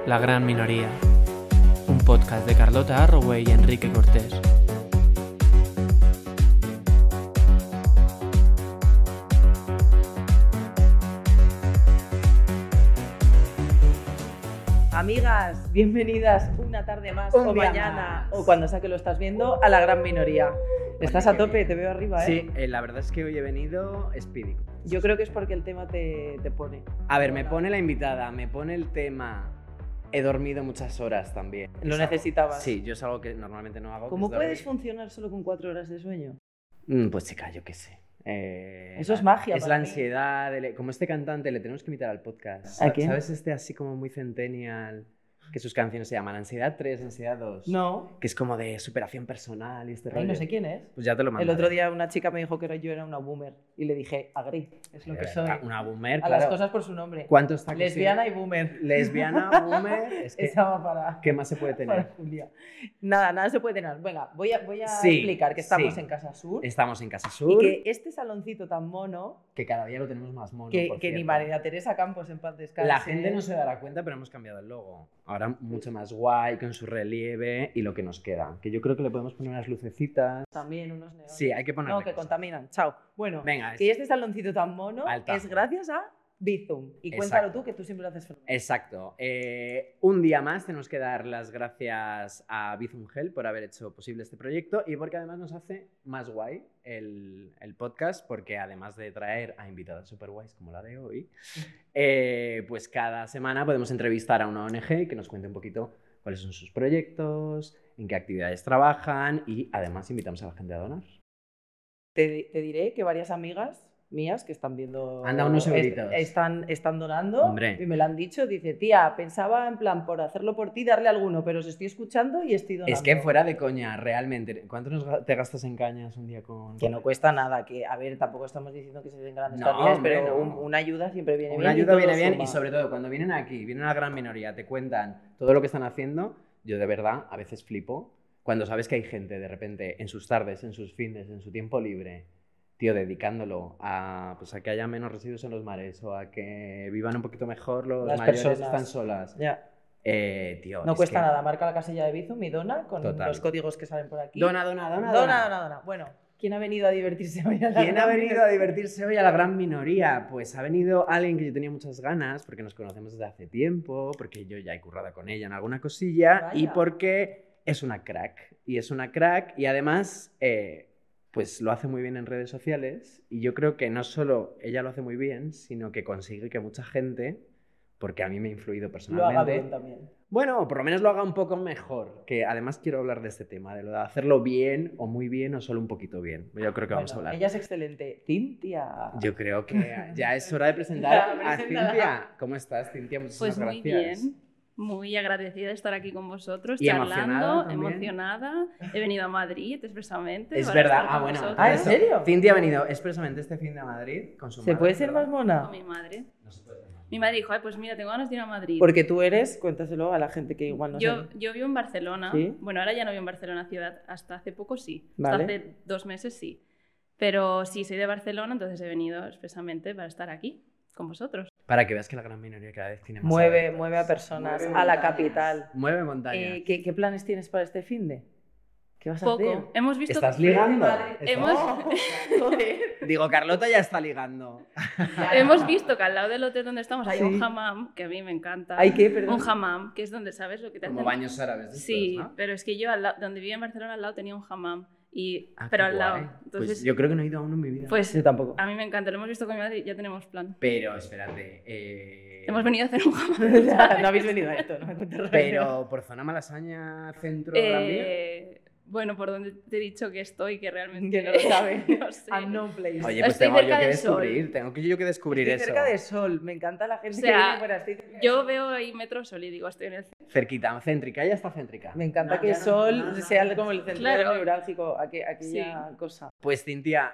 La Gran Minoría, un podcast de Carlota Arroway y Enrique Cortés. Amigas, bienvenidas una tarde más o mañana más. O cuando sea que lo estás viendo a La Gran Minoría. Estás a tope, te veo arriba, ¿eh? Sí, la verdad es que hoy he venido espídico. Yo creo que es porque el tema te pone. A ver, me pone la invitada, me pone el tema. He dormido muchas horas también. Lo necesitabas. Sí, yo es algo que normalmente no hago. ¿Cómo que es puedes dormir. funcionar solo con 4 horas de sueño? Pues chica, yo qué sé. Eso es magia Es para la mí. ansiedad. Como este cantante, le tenemos que invitar al podcast. ¿A quién? ¿Sabes este así como muy centennial? Que sus canciones se llaman Ansiedad 3, Ansiedad 2. No. Que es como de superación personal y este Ay, rollo. no sé quién es. Pues ya te lo El mandaré. otro día una chica me dijo que yo era una boomer y le dije, agri, es lo que soy. Una boomer, A claro. las cosas por su nombre. ¿Cuánto está Lesbiana y boomer. Lesbiana, boomer. Es que, Esa va para... ¿qué más se puede Para tener? Julia. Nada se puede tener. Venga, voy a Sí, explicar que estamos sí. en Casa Sur Estamos en Casa y Sur, que este saloncito tan mono que cada día lo tenemos más mono. que por ni cierto. María Teresa Campos en paz descanse. La gente no se dará cuenta, pero hemos cambiado el logo. Ahora mucho más guay, con su relieve y lo que nos queda. Que yo creo que le podemos poner unas lucecitas. También unos neones. Sí, hay que ponerle No, que cosas. contaminan. Chao. Bueno, Venga, que este saloncito tan mono Al tajo. es gracias a Bizum. Y cuéntalo Exacto. tú, que tú siempre lo haces fenomenal. Exacto. Un día más tenemos que dar las gracias a Bizum Gel por haber hecho posible este proyecto y porque además nos hace más guay el podcast, porque además de traer a invitadas super guays como la de hoy, pues cada semana podemos entrevistar a una ONG que nos cuente un poquito cuáles son sus proyectos, en qué actividades trabajan y además invitamos a la gente a donar. Te diré que varias amigas mías que están viendo... Anda, unos euritos. Están donando. Hombre. Y me lo han dicho. Dice, tía, pensaba en plan por hacerlo por ti, darle alguno, pero os estoy escuchando y estoy donando. Es que fuera de coña, realmente, ¿cuánto te gastas en cañas un día con...? Que no cuesta nada, que a ver, tampoco estamos diciendo que se den grandes No, cantidades, hombre, pero no. una ayuda siempre viene bien. Una ayuda todo viene bien suma. y sobre todo cuando vienen aquí, vienen a La Gran Minoría, te cuentan todo lo que están haciendo, yo de verdad a veces flipo cuando sabes que hay gente de repente en sus tardes, en sus fines, en su tiempo libre, tío, dedicándolo a, pues a que haya menos residuos en los mares o a que vivan un poquito mejor los Las mayores personas. están solas. Ya. Tío, No es cuesta que- nada, marca la casilla de Bizum y dona con Total. los códigos que salen por aquí. Dona. Dona. Bueno, ¿quién ha venido a divertirse hoy? ¿Quién ha venido a divertirse hoy a La Gran Minoría? Pues ha venido alguien que yo tenía muchas ganas, porque nos conocemos desde hace tiempo, porque yo ya he currado con ella en alguna cosilla, Vaya. y porque es una crack. Y además, pues lo hace muy bien en redes sociales, y yo creo que no solo ella lo hace muy bien, sino que consigue que mucha gente, porque a mí me ha influido Lo personalmente... haga bien también. Bueno, por lo menos lo haga un poco mejor, que además quiero hablar de este tema, de lo de hacerlo bien o muy bien o solo un poquito bien. Yo creo que vamos a Bueno, hablar. ella es excelente. Cintia. Yo creo que ya es hora de presentar a Preséntala. Cintia. ¿Cómo estás, Cintia? Muchísimas Pues muy gracias. bien, muy agradecida de estar aquí con vosotros, Y emocionada charlando, también. emocionada. He venido a Madrid expresamente. Es para verdad. estar con Bueno. vosotros. Ah, ¿en serio? Cintia ha venido expresamente este fin de Madrid con su ¿Se madre, puede ser ¿verdad? más mona? Con mi madre. No se puede ser más. Mi madre dijo, ay, pues mira, tengo ganas de ir a Madrid. Porque tú eres, cuéntaselo a la gente que igual no yo sabe. vivo en Barcelona. ¿Sí? Bueno, ahora ya no vivo en Barcelona ciudad. Hasta hace poco sí. Vale. Hasta hace 2 meses sí. Pero sí, soy de Barcelona, entonces he venido expresamente para estar aquí con vosotros. Para que veas que La Gran Minoría cada vez tiene más... Mueve a personas Mueve a la montañas. capital. Mueve montañas. ¿Qué planes tienes para este finde? ¿Qué vas a Poco. hacer? Hemos visto... ¿Estás ligando? Hemos... Joder. Digo, Carlota ya está ligando. Hemos visto que al lado del hotel donde estamos hay Sí. un hammam, que a mí me encanta. ¿Hay qué, perdón? Un hammam, que es donde sabes lo que te Como hacen. baños árabes. de estos, Sí, ¿no? pero es que yo donde vivía en Barcelona al lado tenía un hammam. Ah, Pero qué al lado. guay. Entonces, Pues yo creo que no he ido a uno en mi vida. pues Yo tampoco. a mí me encanta, lo hemos visto con mi madre y ya tenemos plan. Pero, espérate. Hemos venido a hacer un hammam. No habéis venido a esto, no me cuentes rollo. Pero por zona Malasaña, centro, Gran Vía. Bueno, por donde te he dicho que estoy, que realmente... Que no lo sabe. No sé. Unknown place. Oye, pues Estoy tengo yo cerca que del sol. descubrir. Tengo que yo que descubrir Estoy eso. cerca de Sol. Me encanta la gente O sea, que viene fuera. Estoy cerca de Yo Sol. veo ahí Metro Sol y digo, estoy en el centro. Cerquita, céntrica, ya está céntrica. Me encanta No, que ya no, Sol no, no, sea no. como el centro Claro. neurálgico, aquella Sí. cosa. Pues Cintia,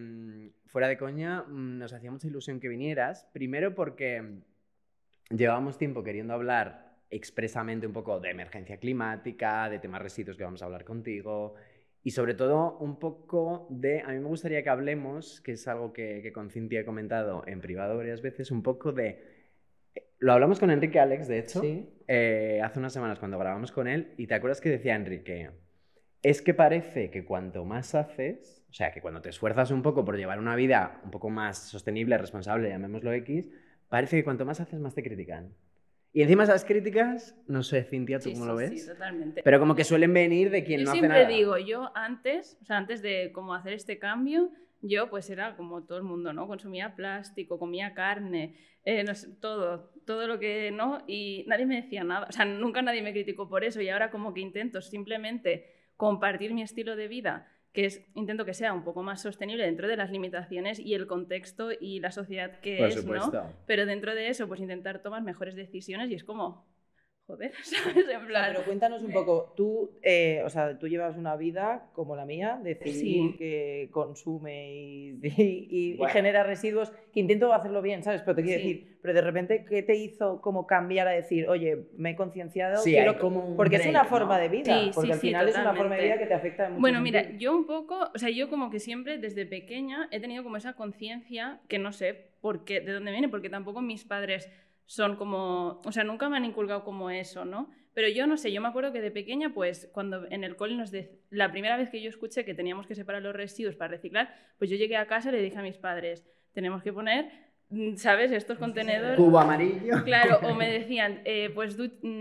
fuera de coña, nos hacía mucha ilusión que vinieras. Primero porque llevábamos tiempo queriendo hablar expresamente un poco de emergencia climática, de temas residuos que vamos a hablar contigo. Y sobre todo un poco de, a mí me gustaría que hablemos, que es algo que con Cintia he comentado en privado varias veces, un poco de Lo hablamos con Enrique Alex, de hecho, Sí. hace unas semanas cuando grabamos con él, y te acuerdas que decía Enrique, es que parece que cuanto más haces, o sea, que cuando te esfuerzas un poco por llevar una vida un poco más sostenible, responsable, llamémoslo X, parece que cuanto más haces, más te critican. Y encima esas críticas, no sé, Cintia, ¿tú Sí, cómo sí, lo ves? sí, totalmente. Pero como que suelen venir de quien Yo no hace siempre nada. digo, yo antes, o sea, antes de como hacer este cambio, yo pues era como todo el mundo, ¿no? Consumía plástico, comía carne, no sé, todo lo que no, y nadie me decía nada, o sea, nunca nadie me criticó por eso, y ahora como que intento simplemente compartir mi estilo de vida, intento que sea un poco más sostenible dentro de las limitaciones y el contexto y la sociedad que Por es, supuesto. ¿no? Pero dentro de eso, pues intentar tomar mejores decisiones y es como, joder, ¿sabes? En plan... Pero cuéntanos un poco, tú, o sea, tú llevas una vida como la mía, decidí Sí. que consume y Bueno. genera residuos, que intento hacerlo bien, ¿sabes? Pero te quiero Sí. decir, pero de repente, ¿qué te hizo como cambiar a decir, oye, me he concienciado? Sí, quiero-" hay como un porque es break, una ¿no? forma de vida, Sí, porque sí, al sí, final es una forma de vida totalmente. que te afecta en muchos Bueno, mira, sentidos. yo un poco, o sea, yo como que siempre desde pequeña he tenido como esa conciencia que no sé por qué, de dónde viene, porque tampoco mis padres son como, o sea, nunca me han inculcado como eso, ¿no? Pero yo no sé, yo me acuerdo que de pequeña, pues cuando en el cole la primera vez que yo escuché que teníamos que separar los residuos para reciclar, pues yo llegué a casa y le dije a mis padres, tenemos que poner, ¿sabes? Estos contenedores... Cubo amarillo. Claro, o me decían, pues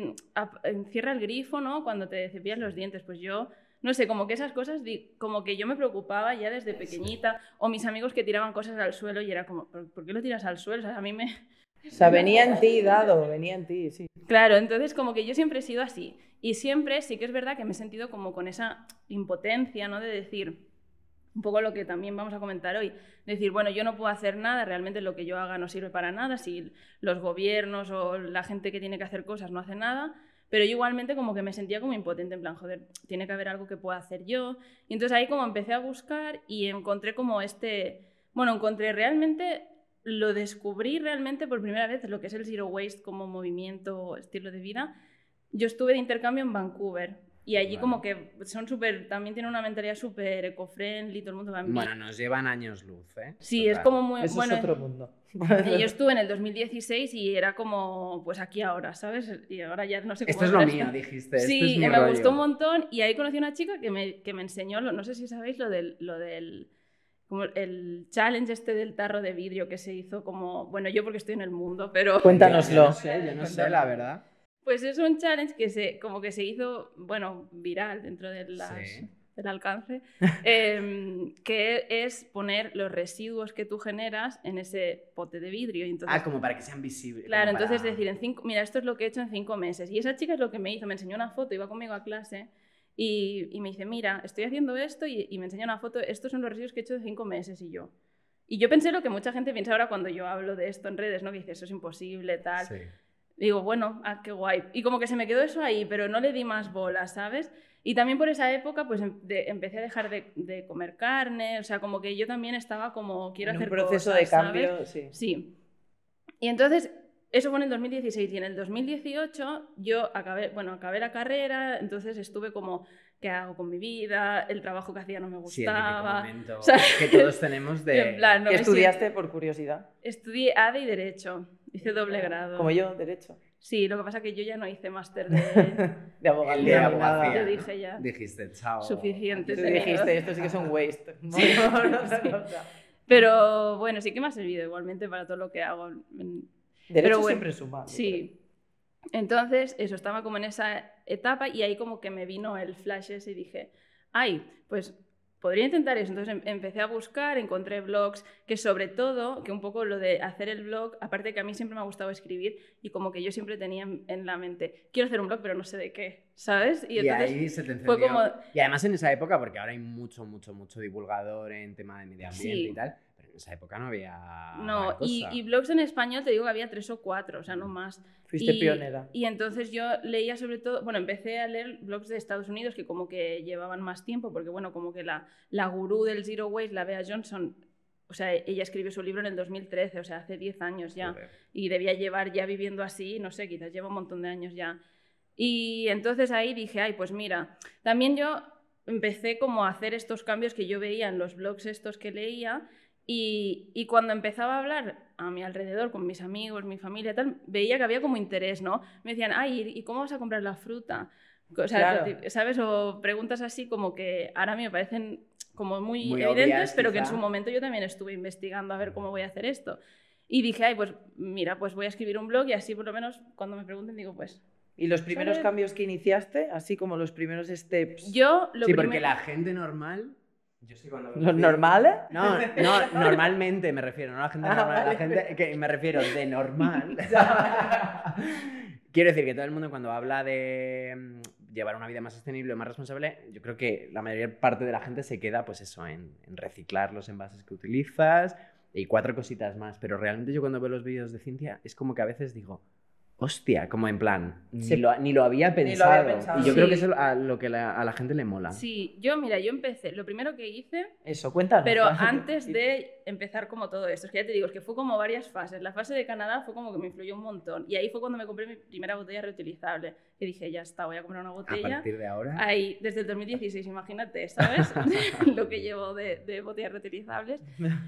cierra el grifo, ¿no? Cuando te cepillas los dientes. Pues yo, no sé, como que esas cosas, como que yo me preocupaba ya desde pequeñita, o mis amigos que tiraban cosas al suelo y era como, ¿por qué lo tiras al suelo? O sea, a mí me... O sea, venía en ti, dado, venía en ti, sí. Claro, entonces como que yo siempre he sido así. Y siempre sí que es verdad que me he sentido como con esa impotencia, ¿no? De decir, un poco lo que también vamos a comentar hoy, decir, bueno, yo no puedo hacer nada, realmente lo que yo haga no sirve para nada, si los gobiernos o la gente que tiene que hacer cosas no hace nada, pero yo igualmente como que me sentía como impotente, en plan, joder, tiene que haber algo que pueda hacer yo. Y entonces ahí como empecé a buscar y encontré como lo descubrí realmente por primera vez, lo que es el Zero Waste como movimiento o estilo de vida. Yo estuve de intercambio en Vancouver y allí como que son también tienen una mentalidad súper eco-friendly, todo el mundo va en bici. Bueno, nos llevan años luz, ¿eh? Sí, Total. es como muy... Eso bueno, es otro mundo. yo estuve en el 2016 y era como, pues aquí ahora, ¿sabes? Y ahora ya no sé cómo... Esto es lo mío, dijiste. Sí, esto es mi me rollo. gustó un montón y ahí conocí a una chica que me enseñó, no sé si sabéis lo del como el challenge este del tarro de vidrio que se hizo como, bueno, yo porque estoy en el mundo, pero... Cuéntanoslo. Yo no sé, la verdad. Pues es un challenge que como que se hizo, bueno, viral dentro de Sí. del alcance, que es poner los residuos que tú generas en ese pote de vidrio. Y entonces, Como para que sean visibles. claro, como para- entonces decir, mira, esto es lo que he hecho en 5 meses. Y esa chica es lo que me hizo, me enseñó una foto, iba conmigo a clase y me dice, mira, estoy haciendo esto y me enseñó una foto, estos son los residuos que he hecho de 5 meses y yo pensé lo que mucha gente piensa ahora cuando yo hablo de esto en redes, ¿no? Que dice, eso es imposible, tal. Sí. Digo, bueno, qué guay. Y como que se me quedó eso ahí, pero no le di más bolas, ¿sabes? Y también por esa época pues empecé a dejar de comer carne, o sea, como que yo también estaba como, quiero En hacer un proceso cosas, de cambio, ¿sabes? sí. Sí. Y entonces, eso fue en el 2016 y en el 2018 yo acabé la carrera, entonces estuve como, ¿qué hago con mi vida? El trabajo que hacía no me Sí, el típico gustaba. momento O sea, que todos tenemos de... en plan, no ¿Qué me estudiaste por curiosidad? Estudié ADE y Derecho, hice doble grado. Como yo, Derecho. Sí, lo que pasa es que yo ya no hice máster de... De abogacía. El de ni abogacía. nada. Yo ¿no? dije ya. Dijiste, chao. Suficiente. Tú Te dijiste, esto sí que es un waste. Pero bueno, sí que me ha servido igualmente para todo lo que hago. Derecho Pero bueno, siempre suma. Sí. Entonces, eso, estaba como en esa etapa y ahí como que me vino el flash ese y dije, ay, pues podría intentar eso. Entonces empecé a buscar, encontré blogs, que sobre todo, que un poco lo de hacer el blog, aparte que a mí siempre me ha gustado escribir y como que yo siempre tenía en la mente, quiero hacer un blog pero no sé de qué, ¿sabes? Y entonces ahí se te encendió. fue como... Y además en esa época, porque ahora hay mucho divulgador en tema de medio ambiente Sí. y tal, pero en esa época no había No, gran cosa. y blogs en español te digo que había 3 o 4, o sea, no más. Fuiste pionera. Y entonces yo leía sobre todo, bueno, empecé a leer blogs de Estados Unidos que como que llevaban más tiempo, porque bueno, como que la gurú del Zero Waste, la Bea Johnson, o sea, ella escribió su libro en el 2013, o sea, hace 10 años ya. Joder. Y debía llevar ya viviendo así, no sé, quizás lleva un montón de años ya. Y entonces ahí dije, ay, pues mira, también yo empecé como a hacer estos cambios que yo veía en los blogs estos que leía Y cuando empezaba a hablar a mi alrededor, con mis amigos, mi familia y tal, veía que había como interés, ¿no? Me decían, ay, ¿y cómo vas a comprar la fruta? O sea, Claro. ¿sabes? O preguntas así como que ahora a mí me parecen como muy Muy evidentes, obvias, pero que en quizá. su momento yo también estuve investigando a ver cómo voy a hacer esto. Y dije, ay, pues mira, pues voy a escribir un blog y así por lo menos cuando me pregunten digo, pues... ¿Y los primeros ¿Sabes? cambios que iniciaste, así como los primeros steps? Yo lo Sí, primero... porque la gente normal... Yo sé cuando... ¿Los normales? No, normalmente me refiero, no a la gente Ah, normal, a la vale. gente que me refiero de normal. Quiero decir que todo el mundo cuando habla de llevar una vida más sostenible o más responsable, yo creo que la mayor parte de la gente se queda pues eso, en reciclar los envases que utilizas y 4 cositas más, pero realmente yo cuando veo los vídeos de Cintia es como que a veces digo, hostia, como en plan, Sí. ni lo había Ni lo pensado. había pensado. Y yo Sí. creo que eso es a lo que a la gente le mola. Sí, yo mira, yo empecé, lo primero que hice... Eso, cuéntanos. Pero antes de empezar como todo esto, es que ya te digo, es que fue como varias fases. La fase de Canadá fue como que me influyó un montón. Y ahí fue cuando me compré mi primera botella reutilizable. Que dije, ya está, voy a comprar una A botella. partir de ahora... Ahí, desde el 2016, imagínate, ¿sabes? Lo que llevo de botellas reutilizables.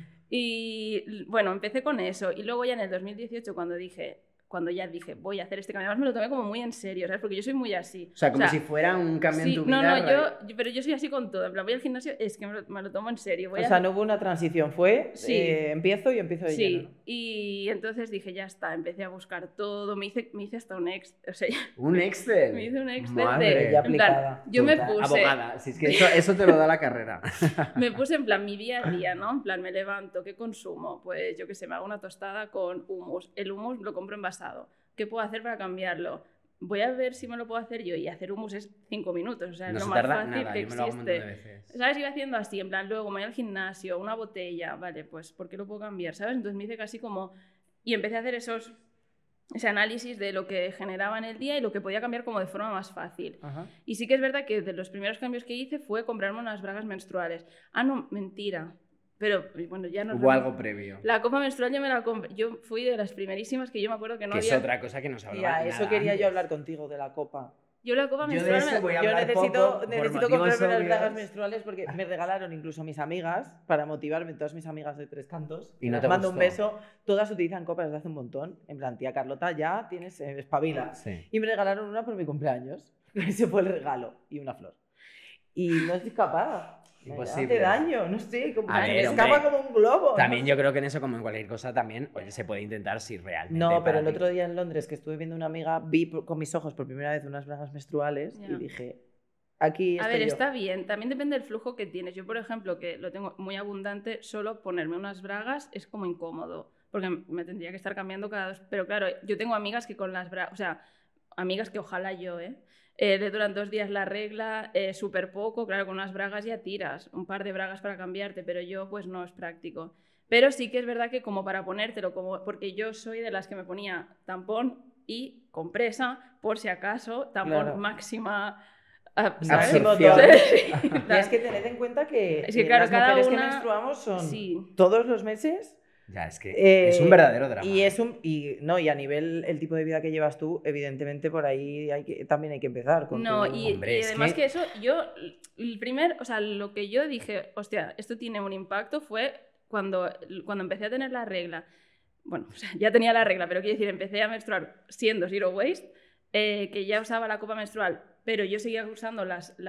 Y bueno, empecé con eso. Y luego ya en el 2018, cuando ya dije, voy a hacer este cambio, además me lo tomé como muy en serio, ¿sabes? Porque yo soy muy así. O sea, como si fuera un cambio en sí, tu vida. no, pero yo soy así con todo. En plan, voy al gimnasio, es que me lo tomo en serio. Voy O a sea, no hubo una transición, fue Sí. empiezo de Sí, lleno, ¿no? y entonces dije, ya está, empecé a buscar todo, me hice hasta un Excel, o sea, Un Excel. me hice un Excel Madre. de... Ya en plan, aplicada. yo me Puta, puse, abogada, si es que eso te lo da la carrera. me puse en plan mi día a día, ¿no? En plan, me levanto, ¿qué consumo? Pues yo qué sé, me hago una tostada con hummus, el hummus lo compro envasado, ¿qué puedo hacer para cambiarlo? Voy a ver si me lo puedo hacer yo, y hacer hummus es 5 minutos, o sea, No es se lo más tarda fácil nada, que yo me lo hago un montón de existe. veces. ¿Sabes? Iba haciendo así, en plan, luego me voy al gimnasio, una botella, vale, pues, ¿por qué lo puedo cambiar? ¿Sabes? Entonces me hice casi como... Y empecé a hacer ese análisis de lo que generaba en el día y lo que podía cambiar como de forma más fácil. Ajá. Y sí que es verdad que de los primeros cambios que hice fue comprarme unas bragas menstruales. Ah, no, mentira. Pero, bueno, ya no... Hubo algo previo. La copa menstrual yo me la compré. Yo fui de las primerísimas que yo me acuerdo que no Que había... es otra cosa que nos hablaba. Tía, nada eso quería antes. yo hablar contigo, de la copa. Yo la copa Yo de menstrual eso voy a Yo hablar necesito poco, por comprarme motivos las obvios. bragas menstruales porque me regalaron incluso mis amigas, para motivarme, todas mis amigas de Tres Cantos. Y no Les te mando un gustó. beso. Todas utilizan copas desde hace un montón. En plan, tía Carlota, ya tienes espabila. Sí. Y me regalaron una por mi cumpleaños. Ese fue el regalo. Y una flor. Y no estoy capaz. Me Imposible. hace daño, no sé. Como, A me ver, escapa hombre, como un globo. También ¿no? yo creo que en eso, como en cualquier cosa, también, oye, se puede intentar si realmente. No, pero para el ti- otro día en Londres, que estuve viendo una amiga, vi con mis ojos por primera vez unas bragas menstruales Ya. y dije, aquí A estoy ver, yo. está bien. También depende del flujo que tienes. Yo, por ejemplo, que lo tengo muy abundante, solo ponerme unas bragas es como incómodo, porque me tendría que estar cambiando cada 2... Pero claro, yo tengo amigas que con las bragas... O sea, amigas que ojalá yo, le duran 2 días la regla, súper poco, claro, con unas bragas ya tiras, un par de bragas para cambiarte, pero yo pues no es práctico. Pero sí que es verdad que como para ponértelo, porque yo soy de las que me ponía tampón y compresa, por si acaso, tampón Claro. máxima... Máximo Absorción. tono. Y es que tened en cuenta que, Es que, claro, las cada mujeres una- que menstruamos son Sí. todos los meses. Ya, es que es un verdadero drama. Y a nivel el tipo de vida que llevas tú, evidentemente por ahí también hay que empezar. Con No, tu- Hombre, y es además que- que eso, yo, o sea, lo que yo dije, hostia, esto tiene un impacto, fue cuando empecé a tener la regla. Bueno, o sea, ya tenía la regla, pero quiero decir, empecé a menstruar siendo zero waste, que ya usaba la copa menstrual, pero yo seguía usando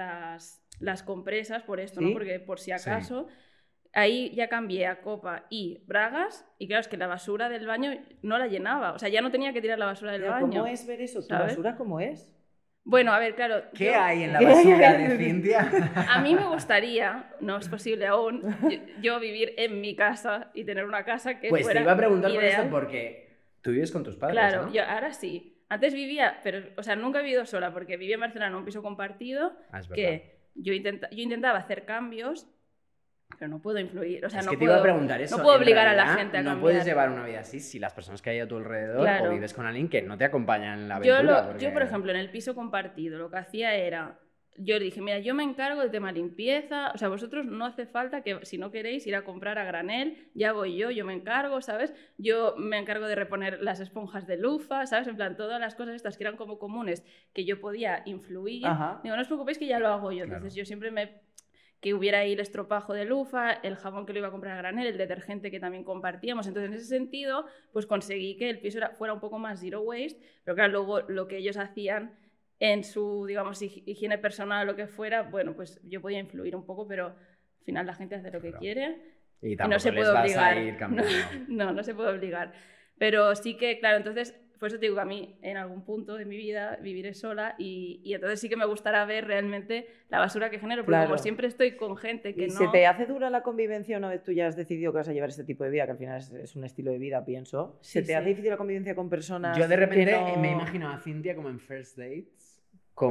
las compresas por esto, ¿Sí? ¿no? Porque por si acaso... Ahí ya cambié a copa y bragas, y claro, es que la basura del baño no la llenaba, o sea, ya no tenía que tirar la basura del Pero baño. ¿cómo es ver eso? ¿Tu ¿sabes? basura cómo es? Bueno, a ver, claro. ¿Qué yo- hay en la ¿Qué basura hay? de Cintia? A mí me gustaría, no es posible aún, yo vivir en mi casa y tener una casa que Pues fuera te iba a preguntar por ideal. esto porque tú vives con tus padres, Claro, ¿no? yo ahora sí. Antes vivía, pero, o sea, nunca he vivido sola, porque vivía en Barcelona en un piso compartido, Ah, es verdad. que yo intentaba hacer cambios, pero no puedo influir, o sea, Es no que te puedo, iba a preguntar eso. no puedo en obligar a la realidad, gente a no cambiar. puedes llevar una vida así si las personas que hay a tu alrededor Claro. o vives con alguien que no te acompaña en la Yo, aventura. porque- yo, por ejemplo, en el piso compartido, lo que hacía era... Yo dije, mira, yo me encargo del tema limpieza, o sea, vosotros no hace falta que, si no queréis ir a comprar a granel, ya voy yo me encargo, ¿sabes? Yo me encargo de reponer las esponjas de lufa, ¿sabes? En plan, todas las cosas estas que eran como comunes, que yo podía influir. Ajá. Digo, no os preocupéis que ya lo hago yo. Claro. Entonces yo siempre me... que hubiera ahí el estropajo de Lufa, el jabón que lo iba a comprar a granel, el detergente que también compartíamos. Entonces, en ese sentido, pues conseguí que el piso fuera un poco más zero waste, pero claro, luego lo que ellos hacían en su, digamos, higiene personal o lo que fuera, bueno, pues yo podía influir un poco, pero al final la gente hace lo que quiere Y no se les puede vas obligar. a ir cambiando. No se puede obligar. Pero sí que, claro, entonces, por eso te digo que a mí en algún punto de mi vida viviré sola y entonces sí que me gustará ver realmente la basura que genero, porque Claro. como siempre estoy con gente que ¿Y no... se te hace dura la convivencia una vez tú ya has decidido que vas a llevar este tipo de vida, que al final es un estilo de vida, pienso? ¿Se Sí, te hace sí. difícil la convivencia con personas Yo de repente que no... me imagino a Cintia como en First Dates,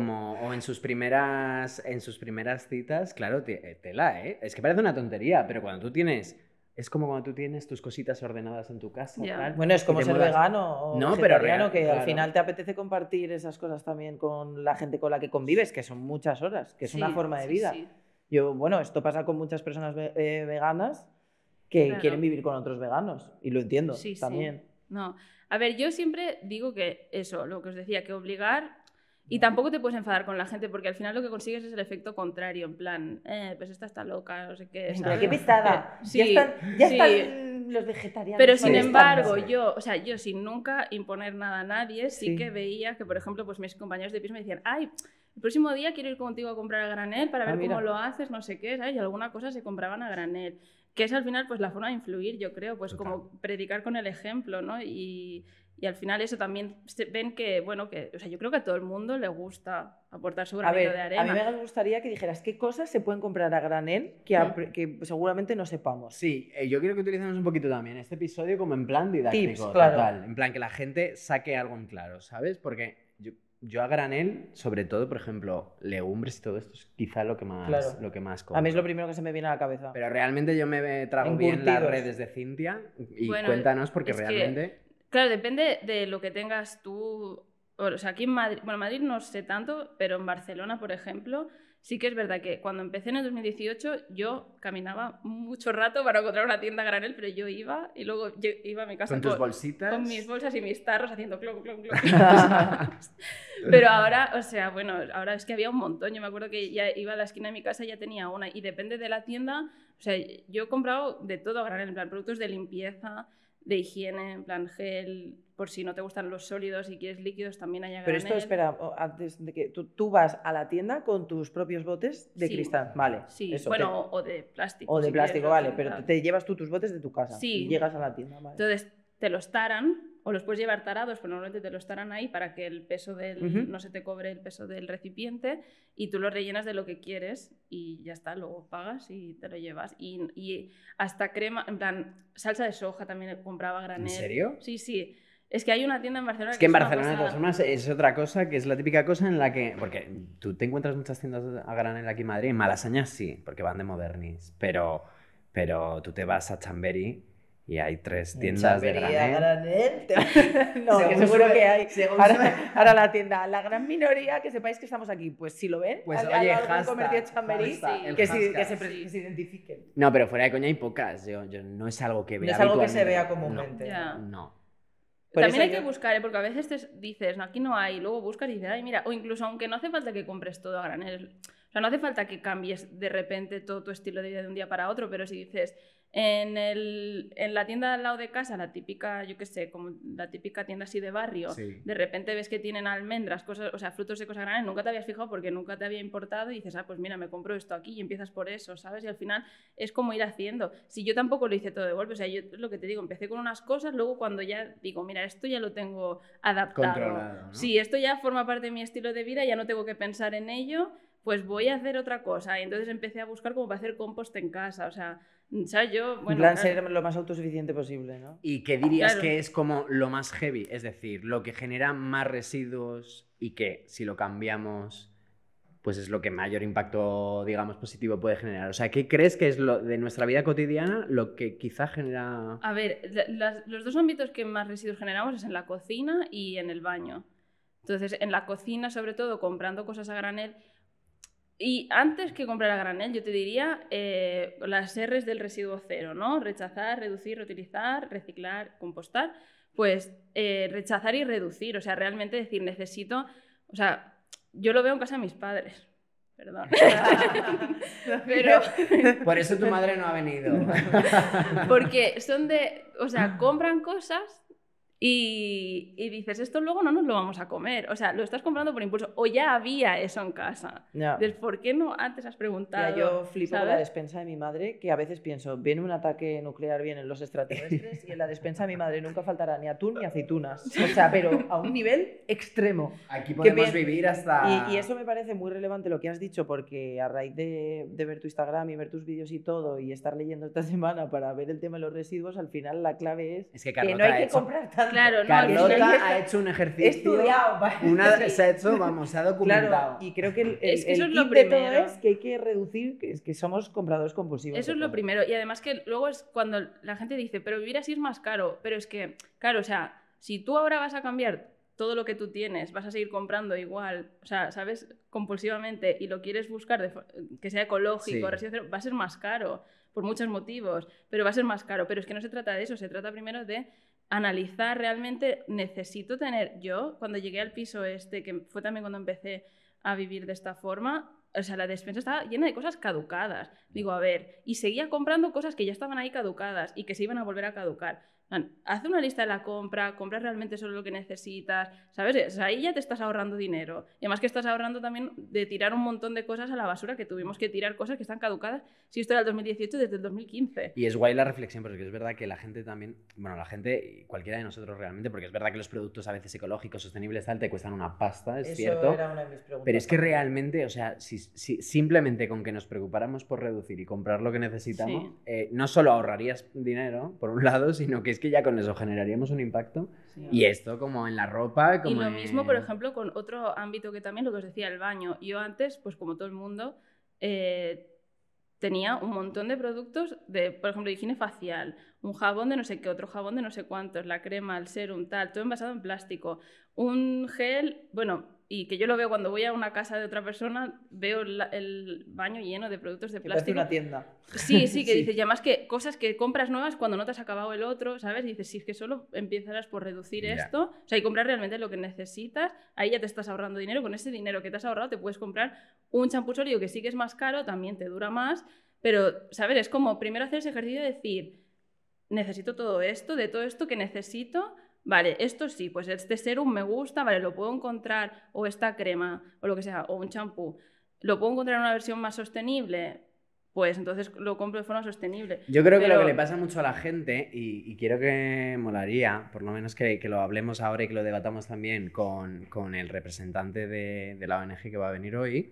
o en sus primeras citas, claro, tela, ¿eh? Es que parece una tontería, pero cuando tú tienes... Es como cuando tú tienes tus cositas ordenadas en tu casa. Ya. Tal, Bueno, es como y te ser mudas- vegano o No, pero vegetariano, que claro. al final te apetece compartir esas cosas también con la gente con la que convives, que son muchas horas, que es una Sí, forma de sí, vida. sí. Yo, bueno, esto pasa con muchas personas veganas que Claro. quieren vivir con otros veganos, y lo entiendo Sí, sí. también. No. A ver, yo siempre digo que eso, lo que os decía, que obligar... Y tampoco te puedes enfadar con la gente porque al final lo que consigues es el efecto contrario, en plan, pues esta está loca, no sé qué. Venga, ¿sabes? qué pesada. Sí, ya sí. están los vegetarianos. Pero sin molestando. embargo, yo sin nunca imponer nada a nadie, sí Sí. que veía que, por ejemplo, pues mis compañeros de piso me decían, ay, el próximo día quiero ir contigo a comprar a granel para ver mira. cómo lo haces, no sé qué, ¿sabes? Y alguna cosa se compraban a granel. Que es al final pues la forma de influir, yo creo, pues Total. como predicar con el ejemplo, ¿no? Y al final eso también ven que, bueno, que, o sea, yo creo que a todo el mundo le gusta aportar su A granito ver, de arena. a mí me gustaría que dijeras qué cosas se pueden comprar a granel que seguramente no sepamos. Sí, yo quiero que utilicemos un poquito también este episodio como en plan didáctico, Tips, claro. total. En plan que la gente saque algo en claro, ¿sabes? Porque yo a granel, sobre todo, por ejemplo, legumbres y todo esto es quizá lo que más, Claro. lo que más compro. A mí es lo primero que se me viene a la cabeza. Pero realmente yo me trago bien las Encurtidos. redes de Cintia y Bueno, cuéntanos porque es que- realmente... Claro, depende de lo que tengas tú. O sea, aquí en Madrid, bueno, en Madrid no sé tanto, pero en Barcelona, por ejemplo, sí que es verdad que cuando empecé en el 2018 yo caminaba mucho rato para encontrar una tienda a granel, pero yo iba y luego iba a mi casa Con tus bolsitas. con mis bolsas y mis tarros haciendo clon, clon, clon. Pero ahora, o sea, bueno, ahora es que había un montón. Yo me acuerdo que ya iba a la esquina de mi casa y ya tenía una. Y depende de la tienda, o sea, yo he comprado de todo a granel, en plan productos de limpieza, de higiene, en plan gel, por si no te gustan los sólidos y quieres líquidos, también hay a Pero granel. esto, espera, antes de que tú vas a la tienda con tus propios botes de Sí. cristal, vale. Sí, eso, bueno, o de plástico. o de si plástico, quieres vale, pero reutilizar. te llevas tú tus botes de tu casa Sí. y llegas a la tienda, vale. Entonces te los taran, o los puedes llevar tarados, pero normalmente te los taran ahí para que el peso del, Ujú. no se te cobre el peso del recipiente y tú lo rellenas de lo que quieres y ya está, luego pagas y te lo llevas. Y hasta crema, en plan, salsa de soja también compraba a granel. ¿En serio? Sí, sí. Es que hay una tienda en Barcelona Es que en es una Barcelona, de todas pasada. formas, es otra cosa que es la típica cosa en la que... Porque tú te encuentras muchas tiendas a granel aquí en Madrid. En Malasaña sí, porque van de modernis. Pero tú te vas a Chamberí y hay 3 tiendas de granel. No, que Según seguro sube- que hay. según Ahora la tienda, la gran minoría, que sepáis que estamos aquí. Pues si lo ven, Pues, al oye, algún hashtag, comercio de Chamberí, hashtag, el que, hashtag. que se identifiquen. No, pero fuera de coña hay pocas. Yo no es algo que No vea es algo que se habitualmente. vea comúnmente. Ya. No. Por También eso hay que yo- buscar, porque a veces dices, no, aquí no hay, y luego buscas y dices, ay, mira, o incluso aunque no hace falta que compres todo a granel, o sea, no hace falta que cambies de repente todo tu estilo de vida de un día para otro, pero si dices, en la tienda al lado de casa, la típica, yo qué sé, como la típica tienda así de barrio, Sí. de repente ves que tienen almendras, cosas, o sea, frutos secos a granel, nunca te habías fijado porque nunca te había importado y dices, ah, pues mira, me compro esto aquí y empiezas por eso, ¿sabes? Y al final es como ir haciendo. Si yo tampoco lo hice todo de golpe, o sea, yo lo que te digo, empecé con unas cosas, luego cuando ya digo, mira, esto ya lo tengo adaptado. Controlado, ¿no? Sí, esto ya forma parte de mi estilo de vida, ya no tengo que pensar en ello, pues voy a hacer otra cosa. Y entonces empecé a buscar como para hacer compost en casa, o sea, ¿sabes? Yo, En bueno, plan, claro. ser lo más autosuficiente posible, ¿no? ¿Y qué dirías Claro. que es como lo más heavy? Es decir, lo que genera más residuos y que si lo cambiamos, pues es lo que mayor impacto, digamos, positivo puede generar. O sea, ¿qué crees que es lo de nuestra vida cotidiana lo que quizá genera... A ver, los dos ámbitos que más residuos generamos es en la cocina y en el baño. Entonces, en la cocina, sobre todo, comprando cosas a granel. Y antes que comprar a granel, yo te diría las R's del residuo cero, ¿no? Rechazar, reducir, reutilizar, reciclar, compostar. Pues rechazar y reducir. O sea, realmente decir, necesito... O sea, yo lo veo en casa de mis padres. perdón. Pero Por eso tu madre no ha venido. porque son o sea, compran cosas y dices, esto luego no nos lo vamos a comer. O sea, lo estás comprando por impulso. O ya había eso en casa. Ya. Entonces, ¿por qué no antes has preguntado? Ya, yo flipo con la ¿sabes? despensa de mi madre, que a veces pienso, viene un ataque nuclear, vienen los extraterrestres, y en la despensa de mi madre nunca faltará ni atún ni aceitunas. O sea, pero a un nivel extremo. Aquí Qué podemos bien. vivir hasta... Y eso me parece muy relevante lo que has dicho, porque a raíz de ver tu Instagram y ver tus vídeos y todo, y estar leyendo esta semana para ver el tema de los residuos, al final la clave Es que que Carlota no hay ha que hecho- comprar tanto. Claro, no, Carlota que no hay que- ha hecho un He ejercicio... estudiado. Se ha hecho, vamos, se ha documentado. Claro, y creo que el Es que eso es lo kit de todo primero. es que hay que reducir, que es que somos compradores compulsivos. Eso de es lo todo. primero. Y además que luego es cuando la gente dice, pero vivir así es más caro. Pero es que, claro, o sea, si tú ahora vas a cambiar todo lo que tú tienes, vas a seguir comprando igual, o sea, ¿sabes? Compulsivamente, y lo quieres buscar que sea ecológico, Sí. residuo cero, va a ser más caro, por muchos motivos, pero va a ser más caro. Pero es que no se trata de eso, se trata primero de analizar realmente, necesito tener yo, cuando llegué al piso que fue también cuando empecé a vivir de esta forma, o sea, la despensa estaba llena de cosas caducadas. Digo, a ver, y seguía comprando cosas que ya estaban ahí caducadas y que se iban a volver a caducar. Haz una lista de la compra, compras realmente solo lo que necesitas, ¿sabes? O sea, ahí ya te estás ahorrando dinero. Y además que estás ahorrando también de tirar un montón de cosas a la basura, que tuvimos que tirar cosas que están caducadas, si esto era el 2018, desde el 2015. Y es guay la reflexión, porque es verdad que la gente también, bueno, la gente, y cualquiera de nosotros realmente, porque es verdad que los productos a veces ecológicos, sostenibles, tal, te cuestan una pasta, es Eso cierto. era una de mis preguntas. Pero es que también. realmente, o sea, si simplemente con que nos preocupáramos por reducir y comprar lo que necesitamos, no solo ahorrarías dinero, por un lado, sino que es que ya con eso generaríamos un impacto. Sí. Y esto como en la ropa, como Y lo en- mismo, por ejemplo, con otro ámbito que también, lo que os decía, el baño. Yo antes, pues como todo el mundo, tenía un montón de productos de, por ejemplo, de higiene facial, un jabón de no sé qué, otro jabón de no sé cuántos, la crema, el serum, tal, todo envasado en plástico. Un gel, bueno, y que yo lo veo cuando voy a una casa de otra persona, veo el baño lleno de productos de Que parece plástico. una tienda. Sí, que Sí. dices, y además que cosas que compras nuevas cuando no te has acabado el otro, ¿sabes? Y dices, si es que solo empezarás por reducir Ya. esto, o sea, y comprar realmente lo que necesitas, ahí ya te estás ahorrando dinero, con ese dinero que te has ahorrado te puedes comprar un champú sólido que sí que es más caro, también te dura más, pero, ¿sabes? Es como primero hacer ese ejercicio de decir, necesito todo esto, de todo esto que necesito, vale, esto sí, pues este serum me gusta, vale, lo puedo encontrar, o esta crema, o lo que sea, o un champú, lo puedo encontrar en una versión más sostenible, pues entonces lo compro de forma sostenible. Yo creo que Pero- lo que le pasa mucho a la gente, y quiero que molaría, por lo menos que lo hablemos ahora y que lo debatamos también con el representante de la ONG que va a venir hoy,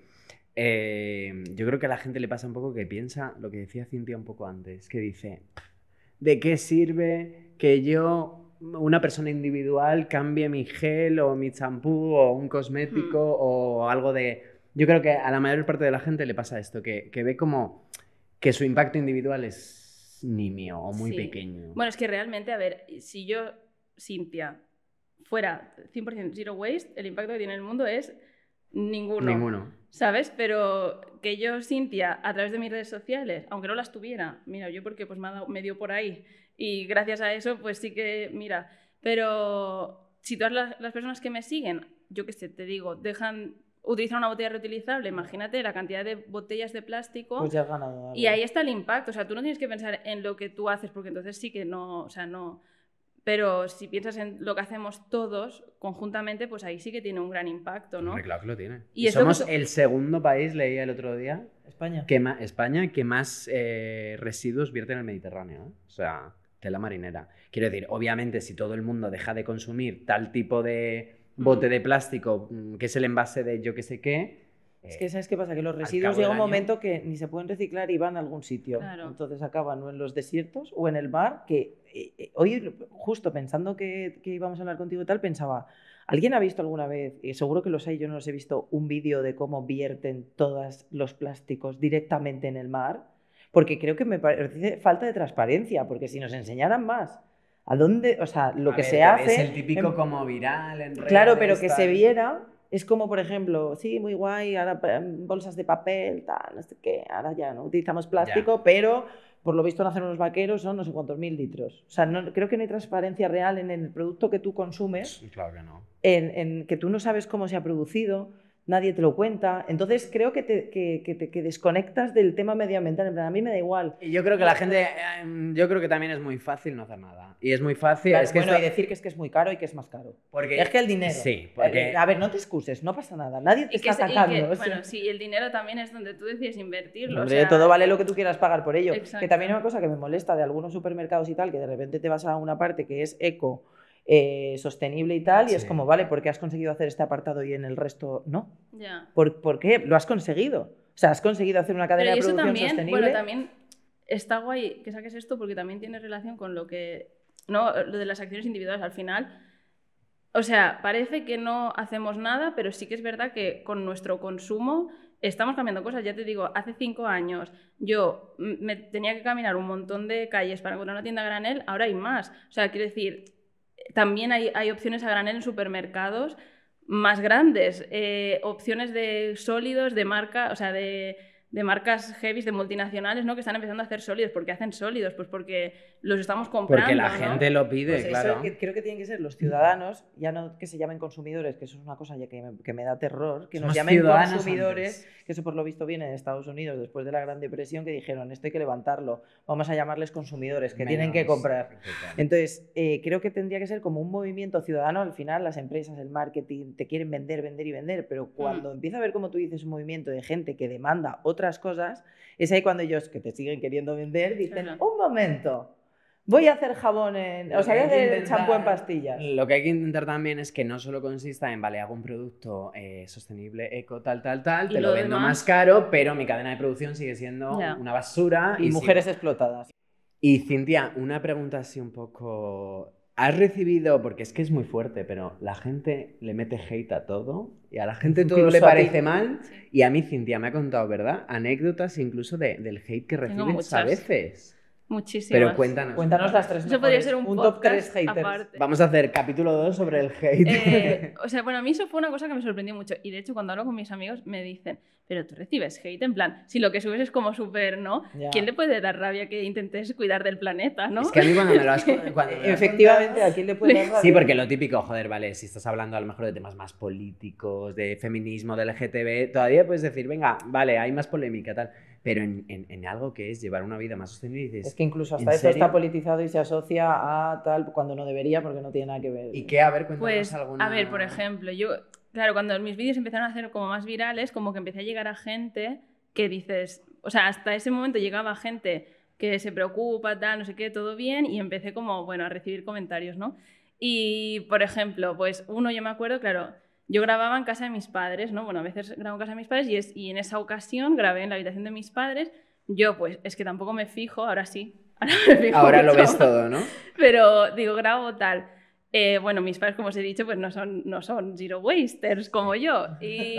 yo creo que a la gente le pasa un poco que piensa lo que decía Cintia un poco antes, que dice, ¿de qué sirve que yo, una persona individual, cambie mi gel o mi champú o un cosmético o algo de... Yo creo que a la mayor parte de la gente le pasa esto, que ve como que su impacto individual es nimio o muy Sí. pequeño. Bueno, es que realmente, a ver, si yo, Cintia, fuera 100% zero waste, el impacto que tiene en el mundo es ninguno. Ninguno. ¿Sabes? Pero que yo, Cintia, a través de mis redes sociales, aunque no las tuviera, mira, yo porque pues me dio por ahí y gracias a eso pues sí que, mira, pero si todas las personas que me siguen, yo qué sé, te digo, utilizan una botella reutilizable, imagínate la cantidad de botellas de plástico. Pues ya has ganado algo. Y ahí está el impacto, o sea, tú no tienes que pensar en lo que tú haces, porque entonces sí que no, o sea, no. Pero si piensas en lo que hacemos todos conjuntamente, pues ahí sí que tiene un gran impacto, ¿no? Hombre, claro que lo tiene. Y Y es lo que somos el segundo país, leía el otro día, España. España, que más residuos vierte en el Mediterráneo. ¿Eh? O sea, tela marinera. Quiero decir, obviamente, si todo el mundo deja de consumir tal tipo de bote de plástico, que es el envase de yo que sé qué... Es que ¿sabes qué pasa? Que los al residuos cabo llega del un año- momento que ni se pueden reciclar y van a algún sitio. Claro. Entonces acaban o en los desiertos o en el mar, que hoy justo pensando que íbamos a hablar contigo y tal, pensaba, ¿alguien ha visto alguna vez, y seguro que los hay, yo no los he visto, un vídeo de cómo vierten todos los plásticos directamente en el mar? Porque creo que me parece falta de transparencia, porque si nos enseñaran más a dónde, o sea, lo A que ver, se te hace... ves el típico en- como viral en redes, Claro, pero que tal. se viera, es como, por ejemplo, sí, muy guay, ahora bolsas de papel, tal, no sé qué, ahora ya no utilizamos plástico, pero por lo visto nacen unos vaqueros son no sé cuántos mil litros. O sea, creo que no hay transparencia real en el producto que tú consumes, Claro que no. en que tú no sabes cómo se ha producido, nadie te lo cuenta. Entonces creo que te desconectas del tema medioambiental. En plan, a mí me da igual. Y yo creo que la gente, yo creo que también es muy fácil no hacer nada. Y es muy fácil. Claro, es que bueno, esto- y decir que es muy caro y que es más caro. Porque Es que el dinero. Sí, porque A ver, no te excuses, no pasa nada. Nadie te Y que, está y que, atacando. o sea. bueno, sí, el dinero también es donde tú decides invertirlo. Hombre, o sea, todo vale lo que tú quieras pagar por ello. Exacto. Que también una cosa que me molesta de algunos supermercados y tal, que de repente te vas a una parte que es eco, sostenible y tal, y es Sí. como, vale, ¿por qué has conseguido hacer este apartado y en el resto no? Ya. ¿Por qué? Lo has conseguido. O sea, has conseguido hacer una cadena Pero de eso producción también, sostenible. bueno, también está guay que saques esto porque también tiene relación con lo que, ¿no? Lo de las acciones individuales al final. O sea, parece que no hacemos nada, pero sí que es verdad que con nuestro consumo estamos cambiando cosas. Ya te digo, hace 5 años yo me tenía que caminar un montón de calles para encontrar una tienda a granel, ahora hay más. O sea, quiero decir, también hay opciones a granel en supermercados más grandes, opciones de sólidos, de marca, o sea, de marcas heavies, de multinacionales, ¿no? Que están empezando a hacer sólidos. ¿Por qué hacen sólidos? Pues porque los estamos comprando, porque la ¿no? gente lo pide, Pues eso claro. creo que tienen que ser los ciudadanos, ya no que se llamen consumidores, que eso es una cosa ya que me da terror, que nos Somos llamen ciudadanos consumidores, antes. que eso por lo visto viene de Estados Unidos después de la Gran Depresión, que dijeron, esto hay que levantarlo, vamos a llamarles consumidores, que tienen que Menos, comprar. total. Entonces, creo que tendría que ser como un movimiento ciudadano. Al final, las empresas, el marketing, te quieren vender, vender y vender, pero cuando empieza a haber, como tú dices, un movimiento de gente que demanda otras cosas, es ahí cuando ellos, que te siguen queriendo vender, dicen, Ajá. un momento, voy a hacer jabón en... Lo O sea, que voy a hay que hacer intentar- champú en pastillas. Lo que hay que intentar también es que no solo consista en, vale, hago un producto sostenible, eco, tal, Y te lo lo vendo demás- más caro, pero mi cadena de producción sigue siendo Ya. una basura. Y mujeres explotadas. Y Cintia, una pregunta así un poco... ¿Has recibido, porque es que es muy fuerte, pero la gente le mete hate a todo y a la gente todo Incluso le a parece ti. mal? Sí. Y a mí Cintia me ha contado, ¿verdad? Anécdotas incluso del hate que recibes a muchas. veces. Muchísimas. Pero cuéntanos. Cuéntanos las tres Eso podría mejores. ser un top podcast 3 haters. aparte. Vamos a hacer capítulo 2 sobre el hate. O sea, bueno, a mí eso fue una cosa que me sorprendió mucho. Y de hecho, cuando hablo con mis amigos, me dicen, pero tú recibes hate, en plan, si lo que subes es como súper, ¿no? Ya. ¿Quién le puede dar rabia que intentes cuidar del planeta, no? Es que a mí cuando me lo has cuando me lo has Efectivamente, ¿a quién le puede dar contado- Sí, rabia? porque lo típico, joder, vale, si estás hablando a lo mejor de temas más políticos, de feminismo, del LGTB, todavía puedes decir, venga, vale, hay más polémica, tal. Pero en algo que es llevar una vida más sostenible, dices, Es que incluso hasta ¿en eso está serio? politizado y se asocia a tal cuando no debería porque no tiene nada que ver. ¿Y qué? A ver, cuéntanos Pues, alguna... a ver, por ejemplo, yo, claro, cuando mis vídeos empezaron a hacer como más virales, como que empecé a llegar a gente que dices, o sea, hasta ese momento llegaba gente que se preocupa, tal, no sé qué, todo bien, y empecé como, bueno, a recibir comentarios, ¿no? Y, por ejemplo, pues uno, yo me acuerdo, claro, yo grababa en casa de mis padres, ¿no? Bueno, a veces grabo en casa de mis padres y en esa ocasión grabé en la habitación de mis padres. Yo, pues, es que tampoco me fijo, ahora sí. Ahora me fijo Ahora lo mucho ves más. todo, ¿no? Pero digo, grabo tal. Bueno, mis padres, como os he dicho, pues no son zero wasters como yo. Y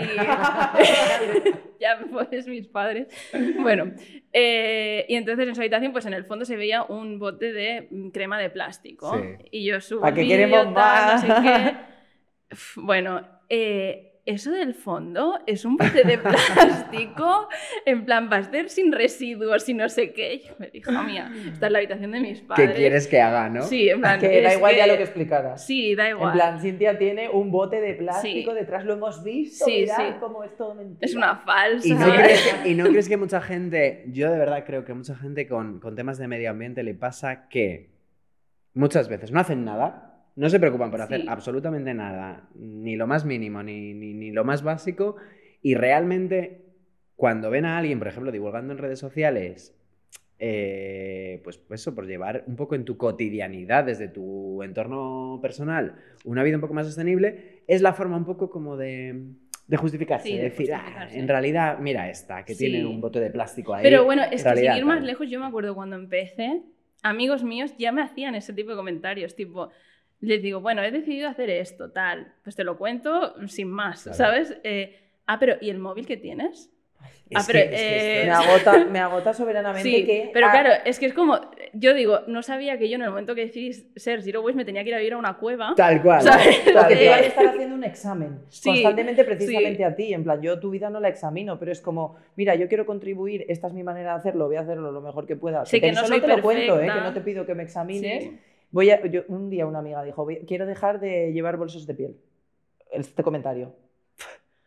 ya pues mis padres. Bueno, y entonces en su habitación, pues en el fondo se veía un bote de crema de plástico. Sí. Y yo subo ¿A el qué vídeo, queremos tal, no sé más? qué. Bueno, eso del fondo es un bote de plástico, en plan, va a ser sin residuos y no sé qué. Y yo me dije, mía, está en la habitación de mis padres. ¿Qué quieres que haga, no? Sí, en plan, Que da es igual ya que- lo que explicaras. Sí, da igual. En plan, Cintia tiene un bote de plástico Sí. detrás, lo hemos visto, Sí, mirad sí. cómo es todo mentira. Es una falsa. ¿Y no crees que mucha gente, yo de verdad creo que mucha gente con temas de medio ambiente le pasa que muchas veces no hacen nada, no se preocupan por hacer Sí. absolutamente nada, ni lo más mínimo, ni lo más básico, y realmente cuando ven a alguien, por ejemplo, divulgando en redes sociales, pues eso, por llevar un poco en tu cotidianidad, desde tu entorno personal, una vida un poco más sostenible, es la forma un poco como de justificarse, Sí, de de decir, justificarse. en realidad, mira esta, que Sí. tiene un bote de plástico ahí. Pero bueno, es en que sin realidad, ir más tal. lejos, yo me acuerdo cuando empecé, amigos míos ya me hacían ese tipo de comentarios, tipo, les digo, bueno, he decidido hacer esto, tal, pues te lo cuento sin más, Claro. ¿sabes? Pero ¿y el móvil que tienes? Es pero, que esto- Me agota soberanamente Sí, que... pero claro, es que es como, yo digo, no sabía que yo en el momento que decidí ser Zero Waste me tenía que ir a vivir a una cueva. Tal cual. ¿Sabes? Porque te Eh, van a estar haciendo un examen Sí, constantemente precisamente sí. a ti. En plan, yo tu vida no la examino, pero es como, mira, yo quiero contribuir, esta es mi manera de hacerlo, voy a hacerlo lo mejor que pueda. Sé que no eso soy te lo cuento, perfecta. que no te pido que me examines. Sí. Un día una amiga dijo, quiero dejar de llevar bolsos de piel. Este comentario.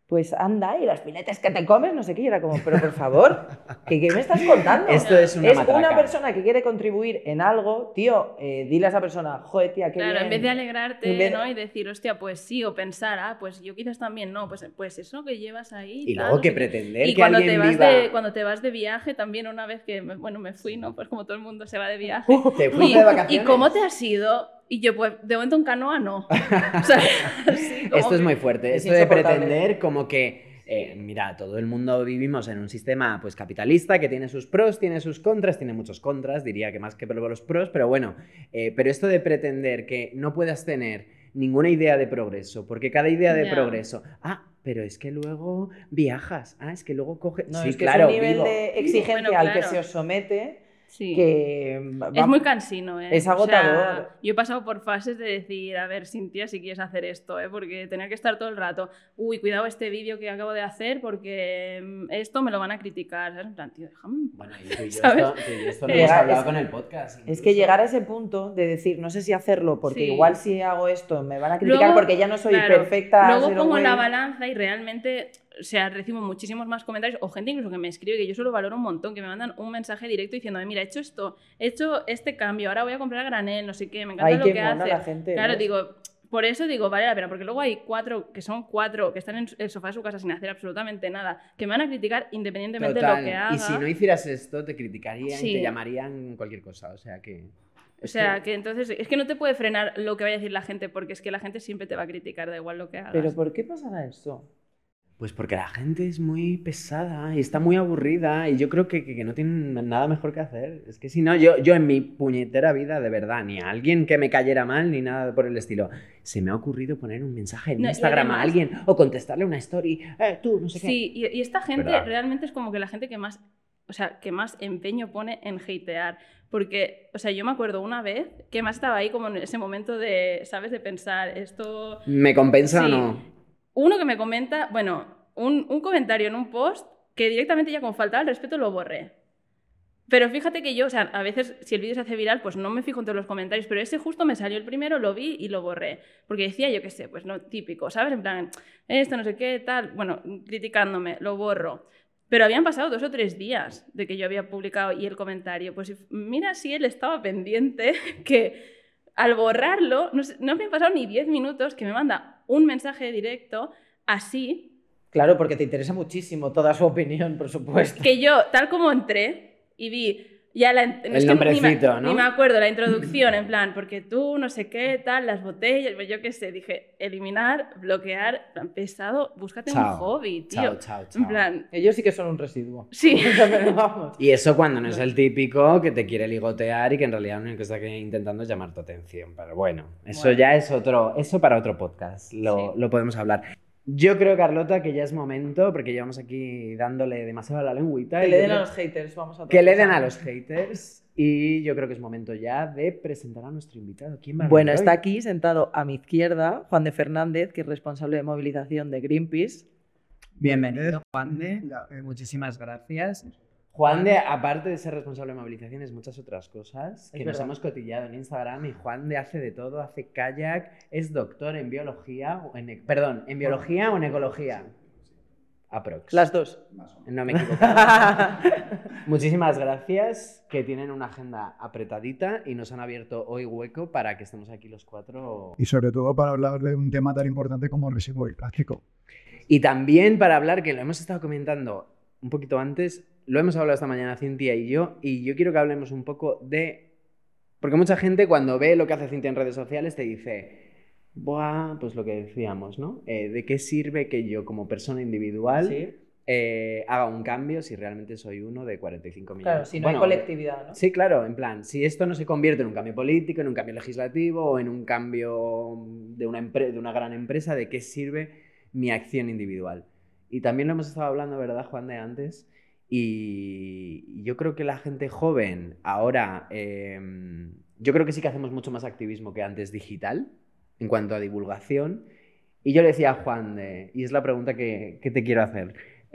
pues anda, y los filetes que te comes, no sé qué, y era como, pero por favor, ¿qué me estás contando? Esto es una matraca. Una persona que quiere contribuir en algo, tío, dile a esa persona, joder, tía, qué Claro, bien. en vez de alegrarte, ¿no? Y decir, hostia, pues sí, o pensar, pues yo quizás también no, pues eso que llevas ahí. Y tal, luego no que sé qué. pretender Y que alguien viva... cuando te vas de viaje, también una vez que, bueno, me fui, ¿no? Pues como todo el mundo se va de viaje. ¿Te fuiste de vacaciones? ¿Y cómo te has ido? Y yo, pues, de momento en canoa, no. O sea, sí, como Esto es que- muy fuerte. es Esto de insoportable. pretender como que... mira, todo el mundo vivimos en un sistema pues capitalista que tiene sus pros, tiene sus contras, tiene muchos contras, diría que más que los pros, pero bueno, pero esto de pretender que no puedas tener ninguna idea de progreso, porque cada idea de Ya. progreso, pero es que luego viajas, es que luego coges... No, sí, es que claro, es un nivel vivo. de exigencia Bueno, al que claro. se os somete Sí. que... Es muy cansino, ¿eh? Es agotador. O sea, yo he pasado por fases de decir, a ver, Cintia, si quieres hacer esto, ¿eh? Porque tener que estar todo el rato, uy, cuidado este vídeo que acabo de hacer porque esto me lo van a criticar, ¿sabes? En plan, tío, déjame. Bueno, y tú y yo ¿Sabes? esto lo hemos Llegar- hablado es- con el podcast. Es incluso. que llegar a ese punto de decir, no sé si hacerlo, porque Sí. igual si hago esto me van a criticar Luego, porque ya no soy claro, perfecta. Luego zero pongo en la way. balanza y realmente, o sea, recibo muchísimos más comentarios o gente incluso que me escribe, que yo solo valoro un montón, que me mandan un mensaje directo diciendo, mira, he hecho esto, he hecho este cambio, ahora voy a comprar a granel, no sé qué, me encanta Ay, lo qué que mona haces. la gente, Claro, ¿ves? digo, por eso digo, vale la pena, porque luego hay cuatro que están en el sofá de su casa sin hacer absolutamente nada, que me van a criticar independientemente de Total, lo que haga. y si no hicieras esto, te criticarían Sí. y te llamarían cualquier cosa, o sea que... O sea, que entonces es que no te puede frenar lo que vaya a decir la gente, porque es que la gente siempre te va a criticar, da igual lo que hagas. Pero ¿por qué pasará eso? Pues porque la gente es muy pesada y está muy aburrida y yo creo que no tienen nada mejor que hacer. Es que si no, yo en mi puñetera vida, de verdad, ni a alguien que me cayera mal ni nada por el estilo, se me ha ocurrido poner un mensaje en No, y Instagram a además- alguien o contestarle una story, tú, no sé qué. Sí, y esta gente ¿Verdad? realmente es como que la gente que más, o sea, que más empeño pone en hatear. Porque, o sea, yo me acuerdo una vez que más estaba ahí como en ese momento de, ¿sabes? De pensar, esto... ¿Me compensa o Sí. no? Uno que me comenta, bueno, un comentario en un post que directamente ya con falta al respeto lo borré. Pero fíjate que yo, o sea, a veces si el vídeo se hace viral, pues no me fijo en todos los comentarios, pero ese justo me salió el primero, lo vi y lo borré. Porque decía, yo qué sé, pues no, típico, ¿sabes? En plan, esto no sé qué, tal, bueno, criticándome, lo borro. Pero habían pasado 2 o 3 días de que yo había publicado y el comentario. Pues mira si él estaba pendiente que al borrarlo, no habían pasado ni 10 minutos que me manda un mensaje directo así, Claro, porque te interesa muchísimo toda su opinión, por supuesto. que yo, tal como entré y vi ya El nombrecito, ¿no? Ni me acuerdo, la introducción, en plan, porque tú, no sé qué, tal, las botellas, pues yo qué sé, dije, eliminar, bloquear, en plan, pesado, búscate un Chao. hobby, tío. Chao. En plan, Ellos sí que son un residuo. sí. Pero vamos. Y eso cuando no es el típico que te quiere ligotear y que en realidad lo único que está intentando es llamar tu atención. Pero bueno, eso Bueno. ya es eso para otro podcast, lo podemos hablar. Yo creo, Carlota, que ya es momento, porque llevamos aquí dándole demasiado a la lengüita. Que y le yo den a creo- los haters, vamos a otra Que le cosa. den a los haters. Y yo creo que es momento ya de presentar a nuestro invitado. ¿Quién va a Bueno, venir está hoy? aquí sentado a mi izquierda Juan de Fernández, que es responsable de movilización de Greenpeace. Bienvenido, Juan de. Muchísimas gracias. Juan de, aparte de ser responsable de movilizaciones, muchas otras cosas que Es nos verdad. hemos cotillado en Instagram y Juan de hace de todo, hace kayak, es doctor en biología, en biología o en ecología. Aprox. Las dos. No me equivoco. Muchísimas gracias, que tienen una agenda apretadita y nos han abierto hoy hueco para que estemos aquí los 4. Y sobre todo para hablar de un tema tan importante como el residuo plástico. Y también para hablar, que lo hemos estado comentando un poquito antes, lo hemos hablado esta mañana Cintia y yo quiero que hablemos un poco de... Porque mucha gente cuando ve lo que hace Cintia en redes sociales te dice, buah, pues lo que decíamos, ¿no? ¿De qué sirve que yo como persona individual Sí, haga un cambio si realmente soy uno de 45 millones? claro, si no Bueno, hay colectividad, ¿no? Sí, claro, en plan, si esto no se convierte en un cambio político, en un cambio legislativo o en un cambio de una gran empresa, ¿de qué sirve mi acción individual? Y también lo hemos estado hablando, ¿verdad, Juan de antes? Y yo creo que la gente joven ahora, yo creo que sí que hacemos mucho más activismo que antes digital en cuanto a divulgación. Y yo le decía a Juan, y es la pregunta que te quiero hacer,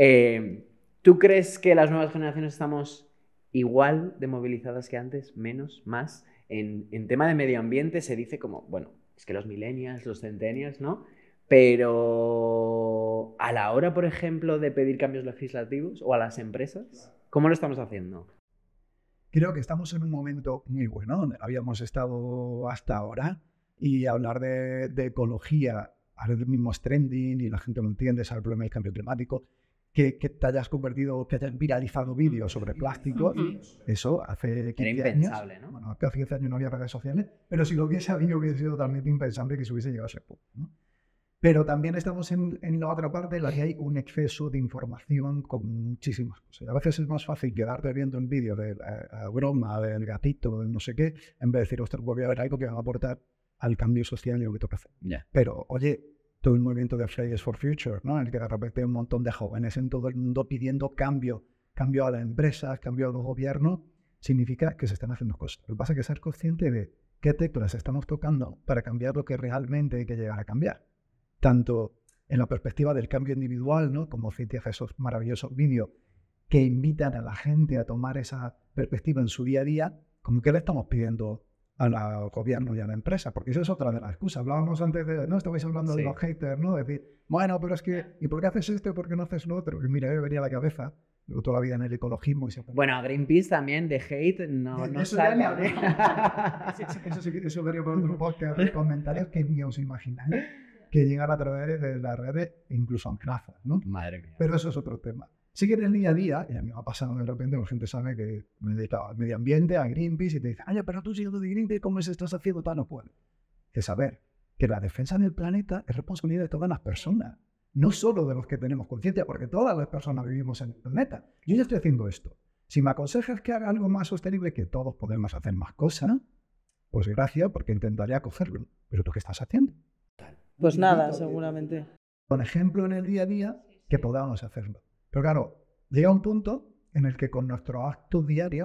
¿tú crees que las nuevas generaciones estamos igual de movilizadas que antes, menos, más? En tema de medio ambiente se dice como, bueno, es que los millennials, los centennials, ¿no? Pero a la hora, por ejemplo, de pedir cambios legislativos o a las empresas, ¿cómo lo estamos haciendo? Creo que estamos en un momento muy bueno, donde habíamos estado hasta ahora, y hablar de ecología ahora mismo es trending y la gente lo entiende, sabe el problema del cambio climático. Que te hayas convertido, que hayas viralizado vídeos sobre plástico, eso hace 15 Era impensable, años, ¿no? bueno, hace 15 años no había redes sociales, pero si lo hubiese habido hubiese sido totalmente impensable que se hubiese llegado a ese punto, ¿no? Pero también estamos en la otra parte en la que hay un exceso de información con muchísimas cosas. A veces es más fácil quedarte viendo un vídeo de la broma, del gatito, del no sé qué, en vez de decir, ostras, voy a ver algo que va a aportar al cambio social y lo que toca hacer. Yeah. Pero, oye, todo el movimiento de Fridays for Future, ¿no? En el que de repente hay un montón de jóvenes en todo el mundo pidiendo cambio a las empresas, cambio a los gobiernos, significa que se están haciendo cosas. Lo que pasa es que ser consciente de qué teclas estamos tocando para cambiar lo que realmente hay que llegar a cambiar. Tanto en la perspectiva del cambio individual, ¿no? Como Cintia hace esos maravillosos vídeos que invitan a la gente a tomar esa perspectiva en su día a día, como que le estamos pidiendo al gobierno y a la empresa, porque eso es otra de las excusas. Hablábamos antes de, no estabais hablando de los haters, ¿no? Decir, bueno, pero es que, ¿y por qué haces esto y por qué no haces lo otro? Y mira, me venía a la cabeza, luego toda la vida en el ecologismo y siempre... Bueno, a Greenpeace también de hate no eso salva, ya ¿eh? eso sí que eso daría por otro podcast de comentarios que ni os imagináis que llegan a través de las redes e incluso amenazas, ¿no? Madre mía. Pero eso es otro tema. Sí que en el día a día, y a mí me ha pasado de repente, la gente sabe que me dedico al medio ambiente, a Greenpeace, y te dice, ay, pero tú siendo de Greenpeace, ¿cómo se estás haciendo tal o cual? Que saber que la defensa del planeta es responsabilidad de todas las personas, no solo de los que tenemos conciencia, porque todas las personas vivimos en el planeta. Yo ya estoy haciendo esto. Si me aconsejas que haga algo más sostenible, que todos podemos hacer más cosas, pues gracias, porque intentaré acogerlo. Pero ¿tú qué estás haciendo? Pues nada, seguramente. Con ejemplo en el día a día, que podamos hacerlo. Pero claro, llega un punto en el que con nuestros actos diarios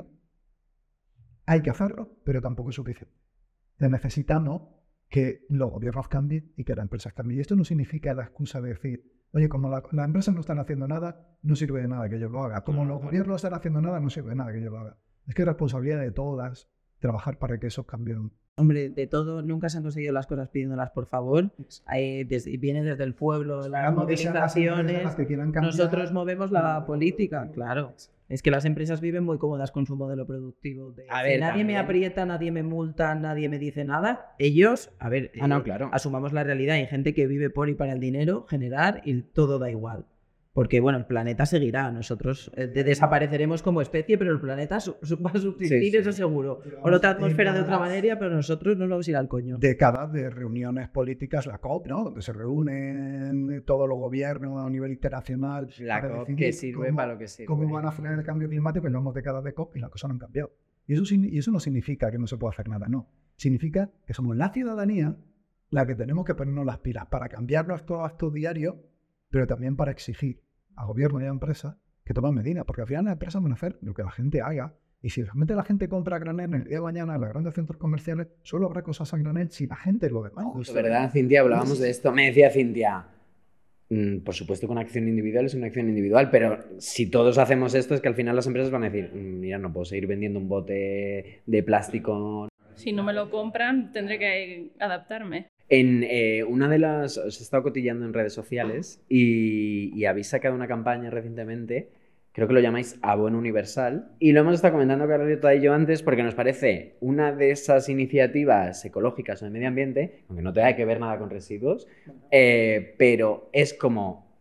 hay que hacerlo, pero tampoco es suficiente. Necesitamos que los gobiernos cambien y que las empresas cambien. Y esto no significa la excusa de decir, oye, como las empresas no están haciendo nada, no sirve de nada que yo lo haga. Como los gobiernos no están haciendo nada, no sirve de nada que yo lo haga. Es que es responsabilidad de todas trabajar para que esos cambien. Hombre, de todo, nunca se han conseguido las cosas pidiéndolas por favor. Viene desde el pueblo, las movilizaciones. Nosotros movemos la política, claro. Es que las empresas viven muy cómodas con su modelo productivo. A ver, nadie también. me aprieta, nadie me multa, nadie me dice nada. Ellos, a ver, no, claro. asumamos la realidad. Hay gente que vive por y para el dinero, generar y todo da igual. Porque, bueno, el planeta seguirá. Nosotros desapareceremos como especie, pero el planeta va a subsistir, Sí. eso seguro. O otra atmósfera de otra manera, pero nosotros no nos vamos a ir al coño. Décadas de reuniones políticas, la COP, ¿no? Donde se reúnen todos los gobiernos a nivel internacional. La para COP decidir que sirve para lo que sirve. cómo van a frenar el cambio climático, y llevamos décadas de COP y las cosas no han cambiado. Y eso no significa que no se pueda hacer nada, no. Significa que somos la ciudadanía la que tenemos que ponernos las pilas para cambiar nuestros actos diarios, pero también para exigir a gobierno y a empresas que tomen medidas, porque al final las empresas van a hacer lo que la gente haga, y si realmente la gente compra a granel en el día de mañana en los grandes centros comerciales, solo habrá cosas a granel si la gente lo demanda. ¿Verdad, Cintia? Hablábamos de esto. Me decía Cintia, por supuesto que una acción individual es una acción individual, pero si todos hacemos esto es que al final las empresas van a decir, mira, no puedo seguir vendiendo un bote de plástico. Si no me lo compran, tendré que adaptarme. En una de las... Os he estado cotillando en redes sociales y habéis sacado una campaña recientemente, creo que lo llamáis Abono Universal, y lo hemos estado comentando Carlota y yo antes porque nos parece una de esas iniciativas ecológicas o de medio ambiente, aunque no tenga que ver nada con residuos, pero es como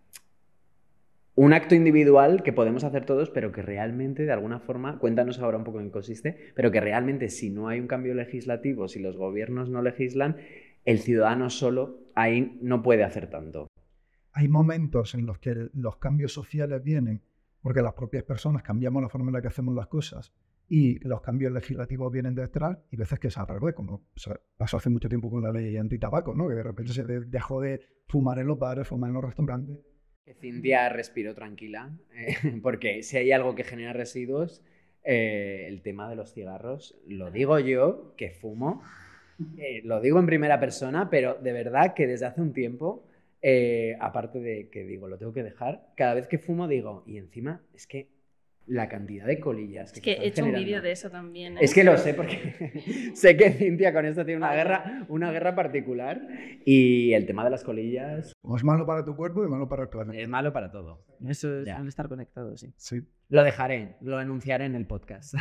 un acto individual que podemos hacer todos, pero que realmente, de alguna forma, cuéntanos ahora un poco en qué consiste, pero que realmente si no hay un cambio legislativo, si los gobiernos no legislan, el ciudadano solo ahí no puede hacer tanto. Hay momentos en los que los cambios sociales vienen porque las propias personas cambiamos la forma en la que hacemos las cosas y los cambios legislativos vienen detrás, y veces que es al revés, como pasó hace mucho tiempo con la ley antitabaco, ¿no? Que de repente se dejó de fumar en los bares, fumar en los restaurantes. Cintia respiró tranquila, porque si hay algo que genera residuos, el tema de los cigarros, lo digo yo, que fumo, lo digo en primera persona, pero de verdad que desde hace un tiempo, aparte de que digo, lo tengo que dejar, cada vez que fumo digo, y encima es que la cantidad de colillas que Es que se he están hecho un generando. vídeo de eso también. Es que lo sé porque sé que Cintia con esto tiene una guerra particular y el tema de las colillas O es malo para tu cuerpo y malo para el planeta. es malo para todo. Eso es Ya. al estar conectados, sí. Sí. Lo dejaré, lo anunciaré en el podcast.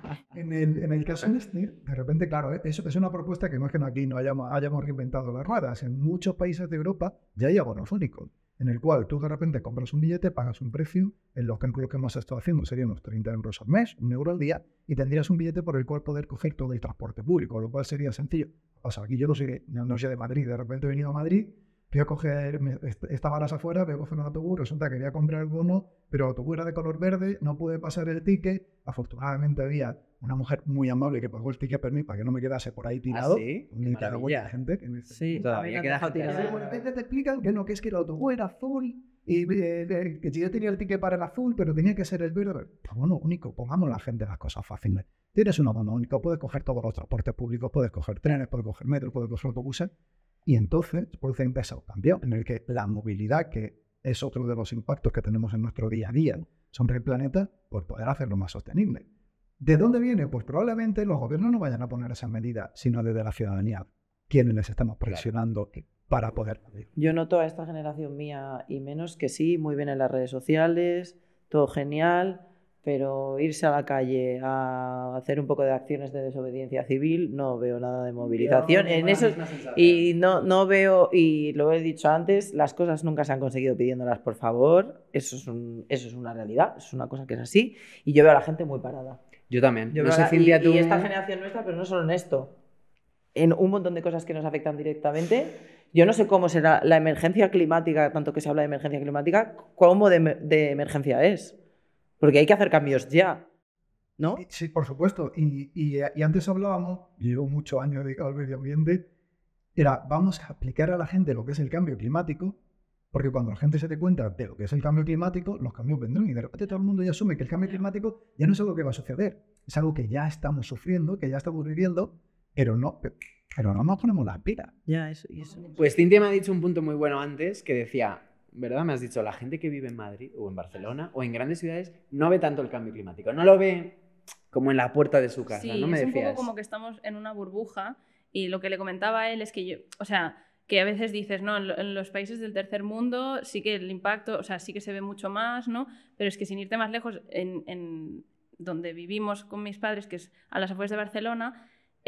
En el caso este, de repente, claro, eso es una propuesta que no es que aquí no hayamos reinventado las ruedas. En muchos países de Europa ya hay abonos únicos, en el cual tú de repente compras un billete, pagas un precio, en los cálculos que hemos estado haciendo serían unos 30 euros al mes, 1 euro al día, y tendrías un billete por el cual poder coger todo el transporte público, lo cual sería sencillo. O sea, aquí yo no soy de Madrid, de repente he venido a Madrid, voy a coger, estaba a las afueras, voy a coger un autobús, resulta que quería comprar el bono, pero el autobús era de color verde, no pude pasar el ticket, afortunadamente había una mujer muy amable que pagó el ticket por mí para que no me quedase por ahí tirado. sí? Ni Qué cada maravilla. buena gente que me Sí, Todavía a mí me queda han dejado gente tirado. así. bueno, a veces te explican que no, que es que el autobús era azul y que yo tenía el ticket para el azul, pero tenía que ser el verde. Pues bueno, único, pongamos a la gente las cosas fáciles. Tienes un abono único, puedes coger todos los transportes públicos, puedes coger trenes, puedes coger metros, puedes coger autobuses. Y entonces, por eso empieza un cambio en el que la movilidad, que es otro de los impactos que tenemos en nuestro día a día sobre el planeta, pues poder hacerlo más sostenible. ¿De dónde viene? Pues probablemente los gobiernos no vayan a poner esas medidas, sino desde la ciudadanía, quienes les estamos presionando para poder. Yo noto a esta generación mía y menos que sí, muy bien en las redes sociales, todo genial, pero irse a la calle a hacer un poco de acciones de desobediencia civil, no veo nada de movilización. En eso, y no veo, y lo he dicho antes, las cosas nunca se han conseguido pidiéndolas por favor, eso es una realidad, es una cosa que es así, y yo veo a la gente muy parada. Yo también. Yo No veo sé, a la- Cintia, tú... y esta generación nuestra, pero no solo en esto, en un montón de cosas que nos afectan directamente. Yo no sé cómo será la emergencia climática, tanto que se habla de emergencia climática, cómo de emergencia es. Porque hay que hacer cambios ya, ¿no? Sí, por supuesto. Y antes hablábamos, yo llevo muchos años dedicado al medio ambiente, era vamos a explicar a la gente lo que es el cambio climático, porque cuando la gente se dé cuenta de lo que es el cambio climático, los cambios vendrán y de repente todo el mundo ya asume que el cambio climático ya no es algo que va a suceder, es algo que ya estamos sufriendo, que ya estamos viviendo, pero no nos ponemos las pilas. Ya, eso. Pues Cintia me ha dicho un punto muy bueno antes que decía, ¿verdad? Me has dicho, la gente que vive en Madrid o en Barcelona o en grandes ciudades no ve tanto el cambio climático, no lo ve como en la puerta de su casa, Sí, ¿no? Me es un decías. poco como que estamos en una burbuja y lo que le comentaba a él es que yo, o sea, que a veces dices, no, en los países del tercer mundo sí que el impacto, o sea, sí que se ve mucho más, ¿no? Pero es que sin irte más lejos, en donde vivimos con mis padres, que es a las afueras de Barcelona,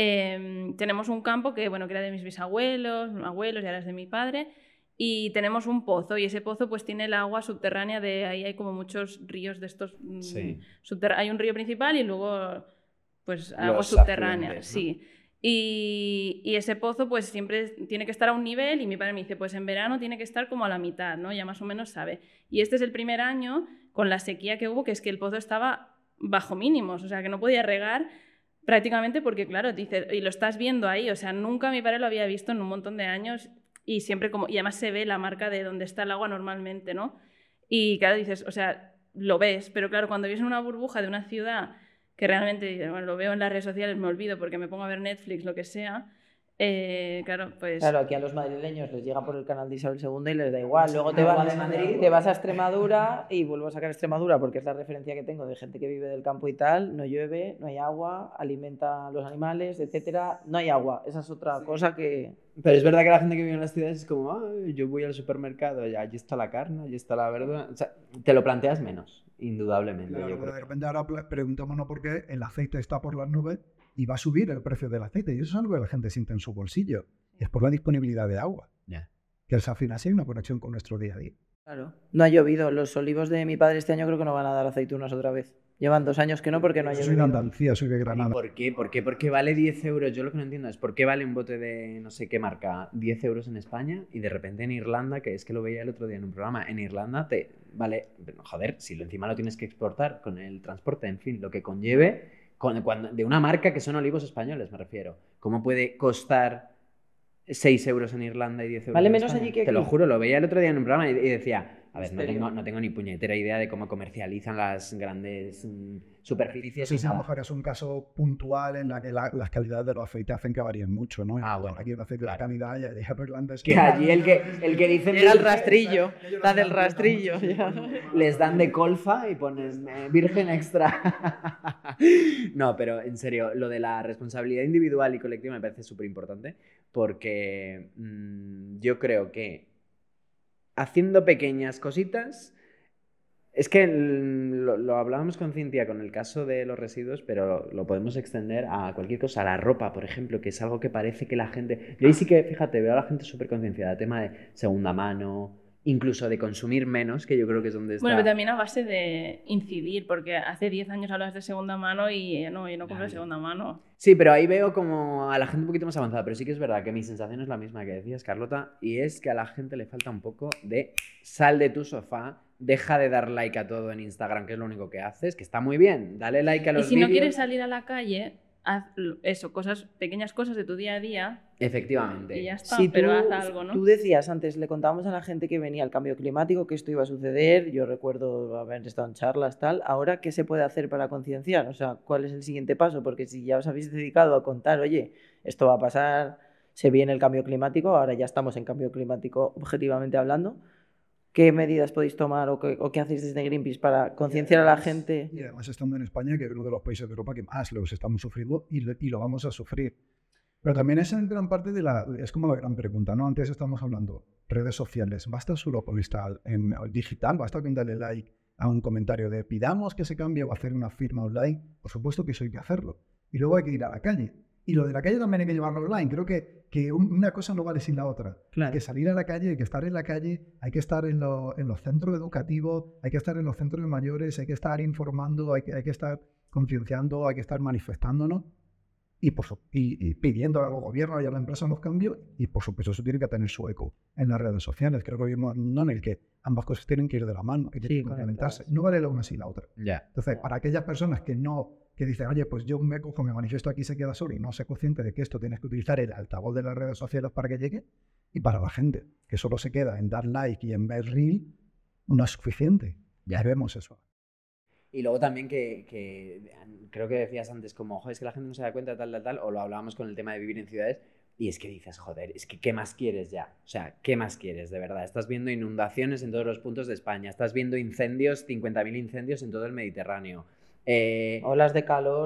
tenemos un campo que, bueno, que era de mis bisabuelos, abuelos y ahora es de mi padre, y tenemos un pozo y ese pozo pues tiene el agua subterránea de ahí, hay como muchos ríos de estos, Sí. hay un río principal y luego pues agua Los subterránea, afluentes, ¿no? sí. Y ese pozo pues siempre tiene que estar a un nivel y mi padre me dice, pues en verano tiene que estar como a la mitad, ¿no? Ya más o menos sabe. Y este es el primer año con la sequía que hubo, que es que el pozo estaba bajo mínimos, o sea, que no podía regar prácticamente porque, claro, dices, y lo estás viendo ahí, o sea, nunca mi padre lo había visto en un montón de años y siempre como, y además se ve la marca de donde está el agua normalmente, ¿no? Y claro, dices, o sea, lo ves, pero claro, cuando vives en una burbuja de una ciudad que realmente, bueno, lo veo en las redes sociales, me olvido porque me pongo a ver Netflix, lo que sea, claro, pues... Claro, aquí a los madrileños les llega por el canal de Isabel II y les da igual. Luego te vas a Extremadura y vuelvo a sacar Extremadura porque es la referencia que tengo de gente que vive del campo y tal. No llueve, no hay agua, alimenta a los animales, etcétera. No hay agua. Esa es otra cosa que... Pero es verdad que la gente que vive en las ciudades es como, "Ay, yo voy al supermercado y allí está la carne, allí está la verdura". O sea, te lo planteas menos, indudablemente. Claro, yo pero creo. de repente ahora preguntémonos por qué el aceite está por las nubes y va a subir el precio del aceite. Y eso es algo que la gente siente en su bolsillo. Y es por la disponibilidad de agua. Ya. Que al final sí hay una conexión con nuestro día a día. Claro. No ha llovido. Los olivos de mi padre este año creo que no van a dar aceitunas otra vez. Llevan 2 años que no porque no ha Yo soy de llovido. Andalucía, soy de ¿Y Granada. por qué? ¿Por qué vale 10 euros? Yo lo que no entiendo es por qué vale un bote de no sé qué marca 10 euros en España y de repente en Irlanda, que es que lo veía el otro día en un programa, en Irlanda te vale, joder, si lo encima lo tienes que exportar con el transporte, en fin, lo que conlleve, de una marca que son olivos españoles, me refiero. ¿Cómo puede costar 6 euros en Irlanda y 10 euros Vale en menos España? allí que Te lo aquí. juro, lo veía el otro día en un programa y decía, a ver, Misterio. no tengo ni puñetera idea de cómo comercializan las grandes superficies. Sí, a lo mejor es un caso puntual en la que las calidades de los aceites hacen que varíen mucho, ¿no? Bueno, aquí el aceite de calidad ya de Everland es que allí el que dice... Llega el rastrillo, la del rastrillo. Les dan de colfa y ponen virgen extra. No, pero en serio, lo de la responsabilidad individual y colectiva me parece súper importante porque yo creo que haciendo pequeñas cositas... Es que lo hablábamos con Cintia con el caso de los residuos, pero lo podemos extender a cualquier cosa, a la ropa, por ejemplo, que es algo que parece que la gente... Yo ahí sí que, fíjate, veo a la gente súper concienciada, tema de segunda mano, incluso de consumir menos, que yo creo que es donde está... Bueno, pero también a base de incidir, porque hace 10 años hablas de segunda mano y no compro de segunda mano. Sí, pero ahí veo como a la gente un poquito más avanzada, pero sí que es verdad que mi sensación es la misma que decías, Carlota, y es que a la gente le falta un poco de sal de tu sofá, deja de dar like a todo en Instagram, que es lo único que haces, que está muy bien, dale like a los vídeos. Y si vídeos. no quieres salir a la calle, haz eso, pequeñas cosas de tu día a día. Efectivamente. Y ya está, Sí, pero haz algo, ¿no? Tú decías antes, le contábamos a la gente que venía el cambio climático, que esto iba a suceder, yo recuerdo haber estado en charlas, tal. Ahora, ¿qué se puede hacer para concienciar? O sea, ¿cuál es el siguiente paso? Porque si ya os habéis dedicado a contar, oye, esto va a pasar, se viene el cambio climático, ahora ya estamos en cambio climático objetivamente hablando, ¿qué medidas podéis tomar o qué hacéis desde Greenpeace para concienciar a la gente? Y además estando en España, que es uno de los países de Europa que más los estamos sufriendo y lo vamos a sufrir. Pero también es en gran parte es como la gran pregunta, ¿no? Antes estamos hablando, redes sociales, ¿basta solo publicar en digital? ¿Basta con darle like a un comentario de pidamos que se cambie o hacer una firma online? Por supuesto que eso hay que hacerlo. Y luego hay que ir a la calle. Y lo de la calle también hay que llevarlo online. Creo que una cosa no vale sin la otra. Claro. Hay que salir a la calle, hay que estar en la calle, hay que estar en los centros educativos, hay que estar en los centros de mayores, hay que estar informando, hay que estar concienciando, hay que estar manifestándonos y pidiendo al gobierno y a la empresa los cambios. Y por supuesto eso tiene que tener su eco en las redes sociales. Creo que vivimos en el que ambas cosas tienen que ir de la mano, hay que complementarse. No vale la una sin la otra. Ya. Entonces, para aquellas personas que dicen, oye, pues yo me cojo, me manifiesto aquí, se queda solo y no sé consciente de que esto tienes que utilizar el altavoz de las redes sociales para que llegue, y para la gente que solo se queda en dar like y en ver reel, no es suficiente. Ya vemos eso. Y luego también que creo que decías antes como, joder, es que la gente no se da cuenta tal, o lo hablábamos con el tema de vivir en ciudades, y es que dices, joder, es que ¿qué más quieres ya? O sea, ¿qué más quieres de verdad? Estás viendo inundaciones en todos los puntos de España, estás viendo incendios, 50.000 incendios en todo el Mediterráneo. Olas de calor.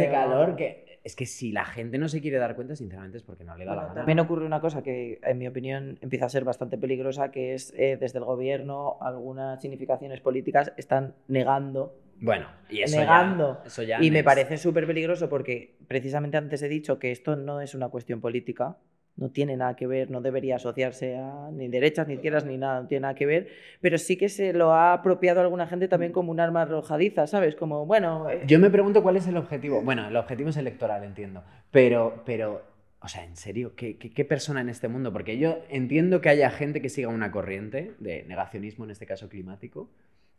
Que es que si la gente no se quiere dar cuenta, sinceramente es porque no le da la gana. También ocurre una cosa que, en mi opinión, empieza a ser bastante peligrosa, que es desde el gobierno algunas significaciones políticas están negando. Bueno, y eso negando. Eso ya y me parece súper peligroso porque precisamente antes he dicho que esto no es una cuestión política, no tiene nada que ver, no debería asociarse a ni derechas, ni izquierdas, ni nada, no tiene nada que ver, pero sí que se lo ha apropiado alguna gente también como un arma arrojadiza, ¿sabes? Como, bueno... Yo me pregunto cuál es el objetivo. Bueno, el objetivo es electoral, entiendo, pero o sea, en serio, ¿qué persona en este mundo? Porque yo entiendo que haya gente que siga una corriente de negacionismo, en este caso climático,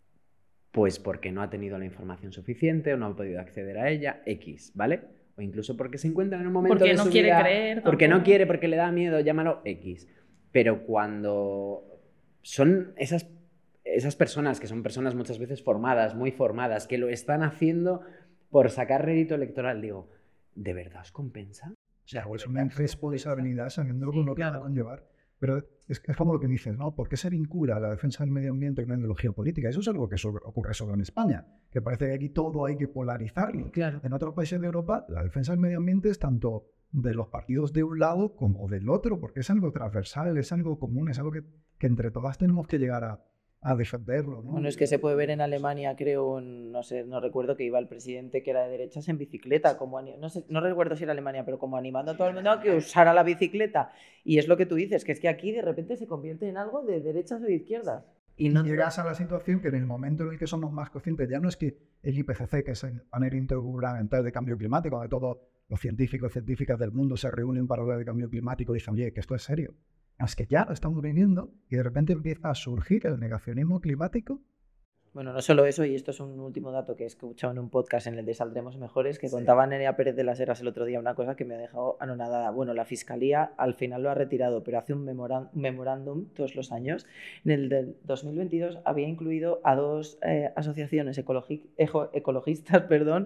pues porque no ha tenido la información suficiente o no ha podido acceder a ella, X, ¿vale? O incluso porque se encuentra en un momento porque de no su quiere vida, creer, porque tampoco. no quiere, porque le da miedo, llámalo X. Pero cuando son esas personas, que son personas muchas veces formadas, muy formadas, que lo están haciendo por sacar rédito electoral, digo, ¿de verdad os compensa? O sea, es una responsabilidad sabiendo lo que va a conllevar. Pero es como lo que dices, ¿no? ¿Por qué se vincula la defensa del medio ambiente con la ideología política? Eso es algo que ocurre solo en España, que parece que aquí todo hay que polarizarlo. Claro. En otros países de Europa, la defensa del medio ambiente es tanto de los partidos de un lado como del otro, porque es algo transversal, es algo común, es algo que entre todas tenemos que llegar a defenderlo, ¿no? Bueno, es que se puede ver en Alemania, creo, no sé, no recuerdo, que iba el presidente que era de derechas en bicicleta, como no recuerdo si era Alemania, pero como animando a todo el mundo a que usara la bicicleta. Y es lo que tú dices, que es que aquí de repente se convierte en algo de derechas o de izquierdas. Y no llegas a la situación que en el momento en el que somos más conscientes, ya no es que el IPCC, que es el panel intergubernamental de cambio climático, donde todos los científicos y científicas del mundo se reúnen para hablar de cambio climático y dicen, oye, que esto es serio. Es que ya lo estamos viviendo y de repente empieza a surgir el negacionismo climático. Bueno, no solo eso, y esto es un último dato que he escuchado en un podcast en el de Saldremos Mejores, que contaba Nerea Pérez de las Heras el otro día una cosa que me ha dejado anonadada. Bueno, la Fiscalía al final lo ha retirado, pero hace un memorándum todos los años. En el del 2022 había incluido a 2 asociaciones ecologistas,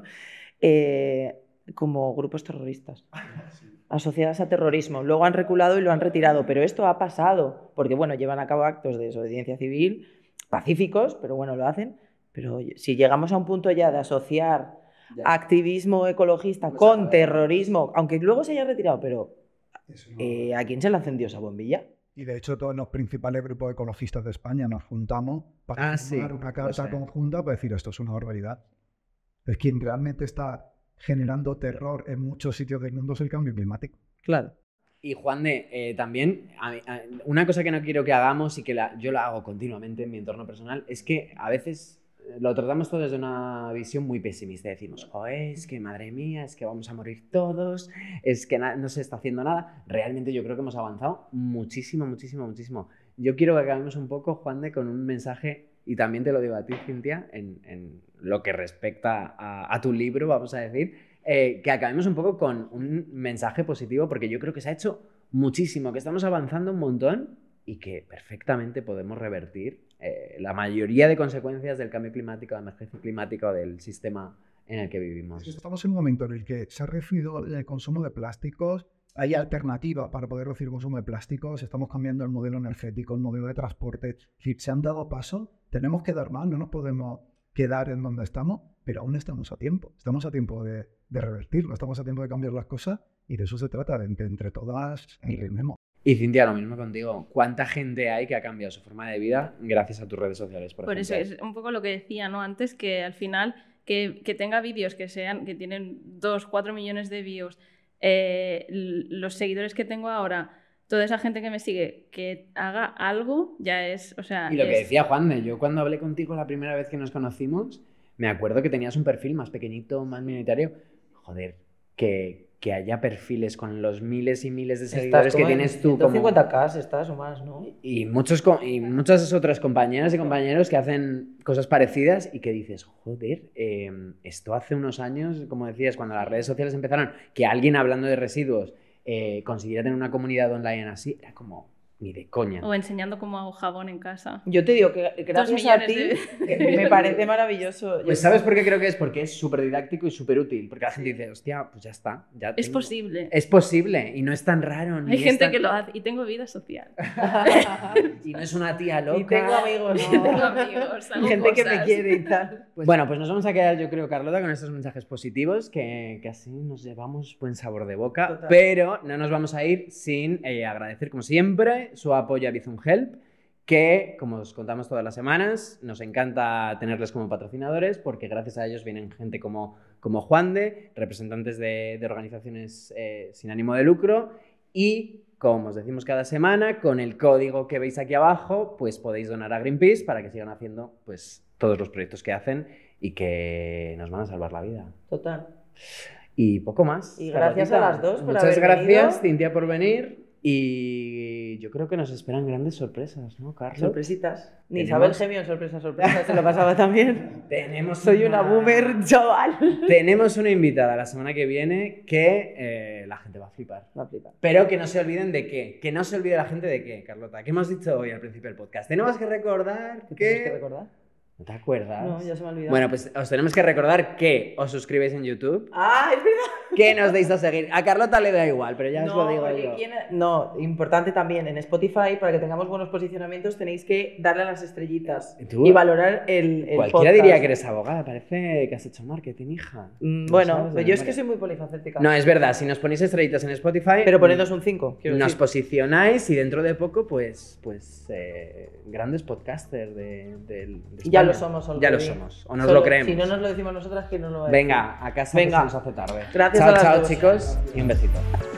como grupos terroristas. Asociadas a terrorismo. Luego han reculado y lo han retirado, pero esto ha pasado, porque bueno, llevan a cabo actos de desobediencia civil pacíficos, pero bueno, lo hacen. Pero oye, si llegamos a un punto ya de asociar activismo ecologista con terrorismo, aunque luego se haya retirado, pero ¿a quién se le encendió esa bombilla? Y de hecho todos los principales grupos ecologistas de España nos juntamos para firmar una carta conjunta para decir esto es una barbaridad. Es quien realmente está generando terror en muchos sitios del mundo es el cambio climático. Claro. Y Juan de, también, una cosa que no quiero que hagamos y que yo la hago continuamente en mi entorno personal, es que a veces lo tratamos todo desde una visión muy pesimista. Decimos, joder, es que madre mía, es que vamos a morir todos, es que no se está haciendo nada. Realmente yo creo que hemos avanzado muchísimo, muchísimo, muchísimo. Yo quiero que acabemos un poco, Juan de, con un mensaje, y también te lo digo a ti, Cintia, en lo que respecta a tu libro, vamos a decir, que acabemos un poco con un mensaje positivo, porque yo creo que se ha hecho muchísimo, que estamos avanzando un montón y que perfectamente podemos revertir la mayoría de consecuencias del cambio climático, de la emergencia climática o del sistema en el que vivimos. Estamos en un momento en el que se ha reducido el consumo de plásticos, hay alternativas para poder reducir el consumo de plásticos, estamos cambiando el modelo energético, el modelo de transporte, si se han dado pasos, tenemos que dar más, no nos podemos quedar en donde estamos, pero aún estamos a tiempo de revertirlo, estamos a tiempo de cambiar las cosas y de eso se trata, de que entre todas rimemos. Y Cintia, lo mismo contigo. ¿Cuánta gente hay que ha cambiado su forma de vida gracias a tus redes sociales, por ejemplo? Por eso es un poco lo que decía, ¿no? Antes, que al final que tenga vídeos que tienen 2, 4 millones de views, los seguidores que tengo ahora, toda esa gente que me sigue, que haga algo, ya es, o sea... Y lo que decía Juan, yo cuando hablé contigo la primera vez que nos conocimos, me acuerdo que tenías un perfil más pequeñito, más minoritario. Joder, que haya perfiles con los miles y miles de seguidores que tienes tú. 150K estás o más, ¿no? Y muchas otras compañeras y compañeros que hacen cosas parecidas y que dices, joder, esto hace unos años, como decías, cuando las redes sociales empezaron, que alguien hablando de residuos consiguiera tener una comunidad online así, era como... Ni de coña. O enseñando cómo hago jabón en casa. Yo te digo que gracias a ti me parece maravilloso. Pues ¿sabes por qué creo que es? Porque es súper didáctico y súper útil. Porque la gente dice, hostia, pues ya está. Es posible. Es posible y no es tan raro. Hay gente que lo hace y tengo vida social. Y no es una tía loca. Y tengo amigos. ¿no? Tengo amigos, hago gente cosas. que me quiere y tal. Bueno, pues nos vamos a quedar, yo creo, Carlota, con estos mensajes positivos que así nos llevamos buen sabor de boca. Total. Pero no nos vamos a ir sin agradecer, como siempre, su apoyo a Bizum Help, que, como os contamos todas las semanas, nos encanta tenerles como patrocinadores porque gracias a ellos vienen gente como Juan de, representantes de organizaciones sin ánimo de lucro, y, como os decimos cada semana, con el código que veis aquí abajo, pues podéis donar a Greenpeace para que sigan haciendo pues todos los proyectos que hacen y que nos van a salvar la vida. Total. Y poco más. Y gracias a las dos por Muchas haber gracias, venido. Cintia, por venir. Y yo creo que nos esperan grandes sorpresas, ¿no, Carlos? Sorpresitas. Ni Isabel Gemio en sorpresa, se lo pasaba también. Soy una boomer, chaval. Tenemos una invitada la semana que viene que la gente va a flipar. Pero que no se olviden de qué. Que no se olvide la gente de qué, Carlota. ¿Qué hemos dicho hoy al principio del podcast? Tenemos que recordar que... ¿Tienes que recordar? ¿No te acuerdas? No, ya se me ha olvidado. Bueno, pues os tenemos que recordar que os suscribáis en YouTube. ¡Ah, es verdad! Que nos deis a seguir. A Carlota le da igual, pero ya os lo digo yo. No, importante también, en Spotify, para que tengamos buenos posicionamientos, tenéis que darle a las estrellitas y valorar el Cualquiera podcast. diría que eres abogada, parece que has hecho marketing, hija. Bueno, yo es que soy muy polifacética. No, es verdad, si nos ponéis estrellitas en Spotify... Pero ponednos un 5, nos posicionáis y dentro de poco, pues grandes podcasters de España. Ya lo somos. Ya lo somos, o nos lo creemos. Si no nos lo decimos nosotras, que no lo es. Venga, a casa que se nos hace tarde. Gracias chao, a las chao, dos. chicos, y un besito.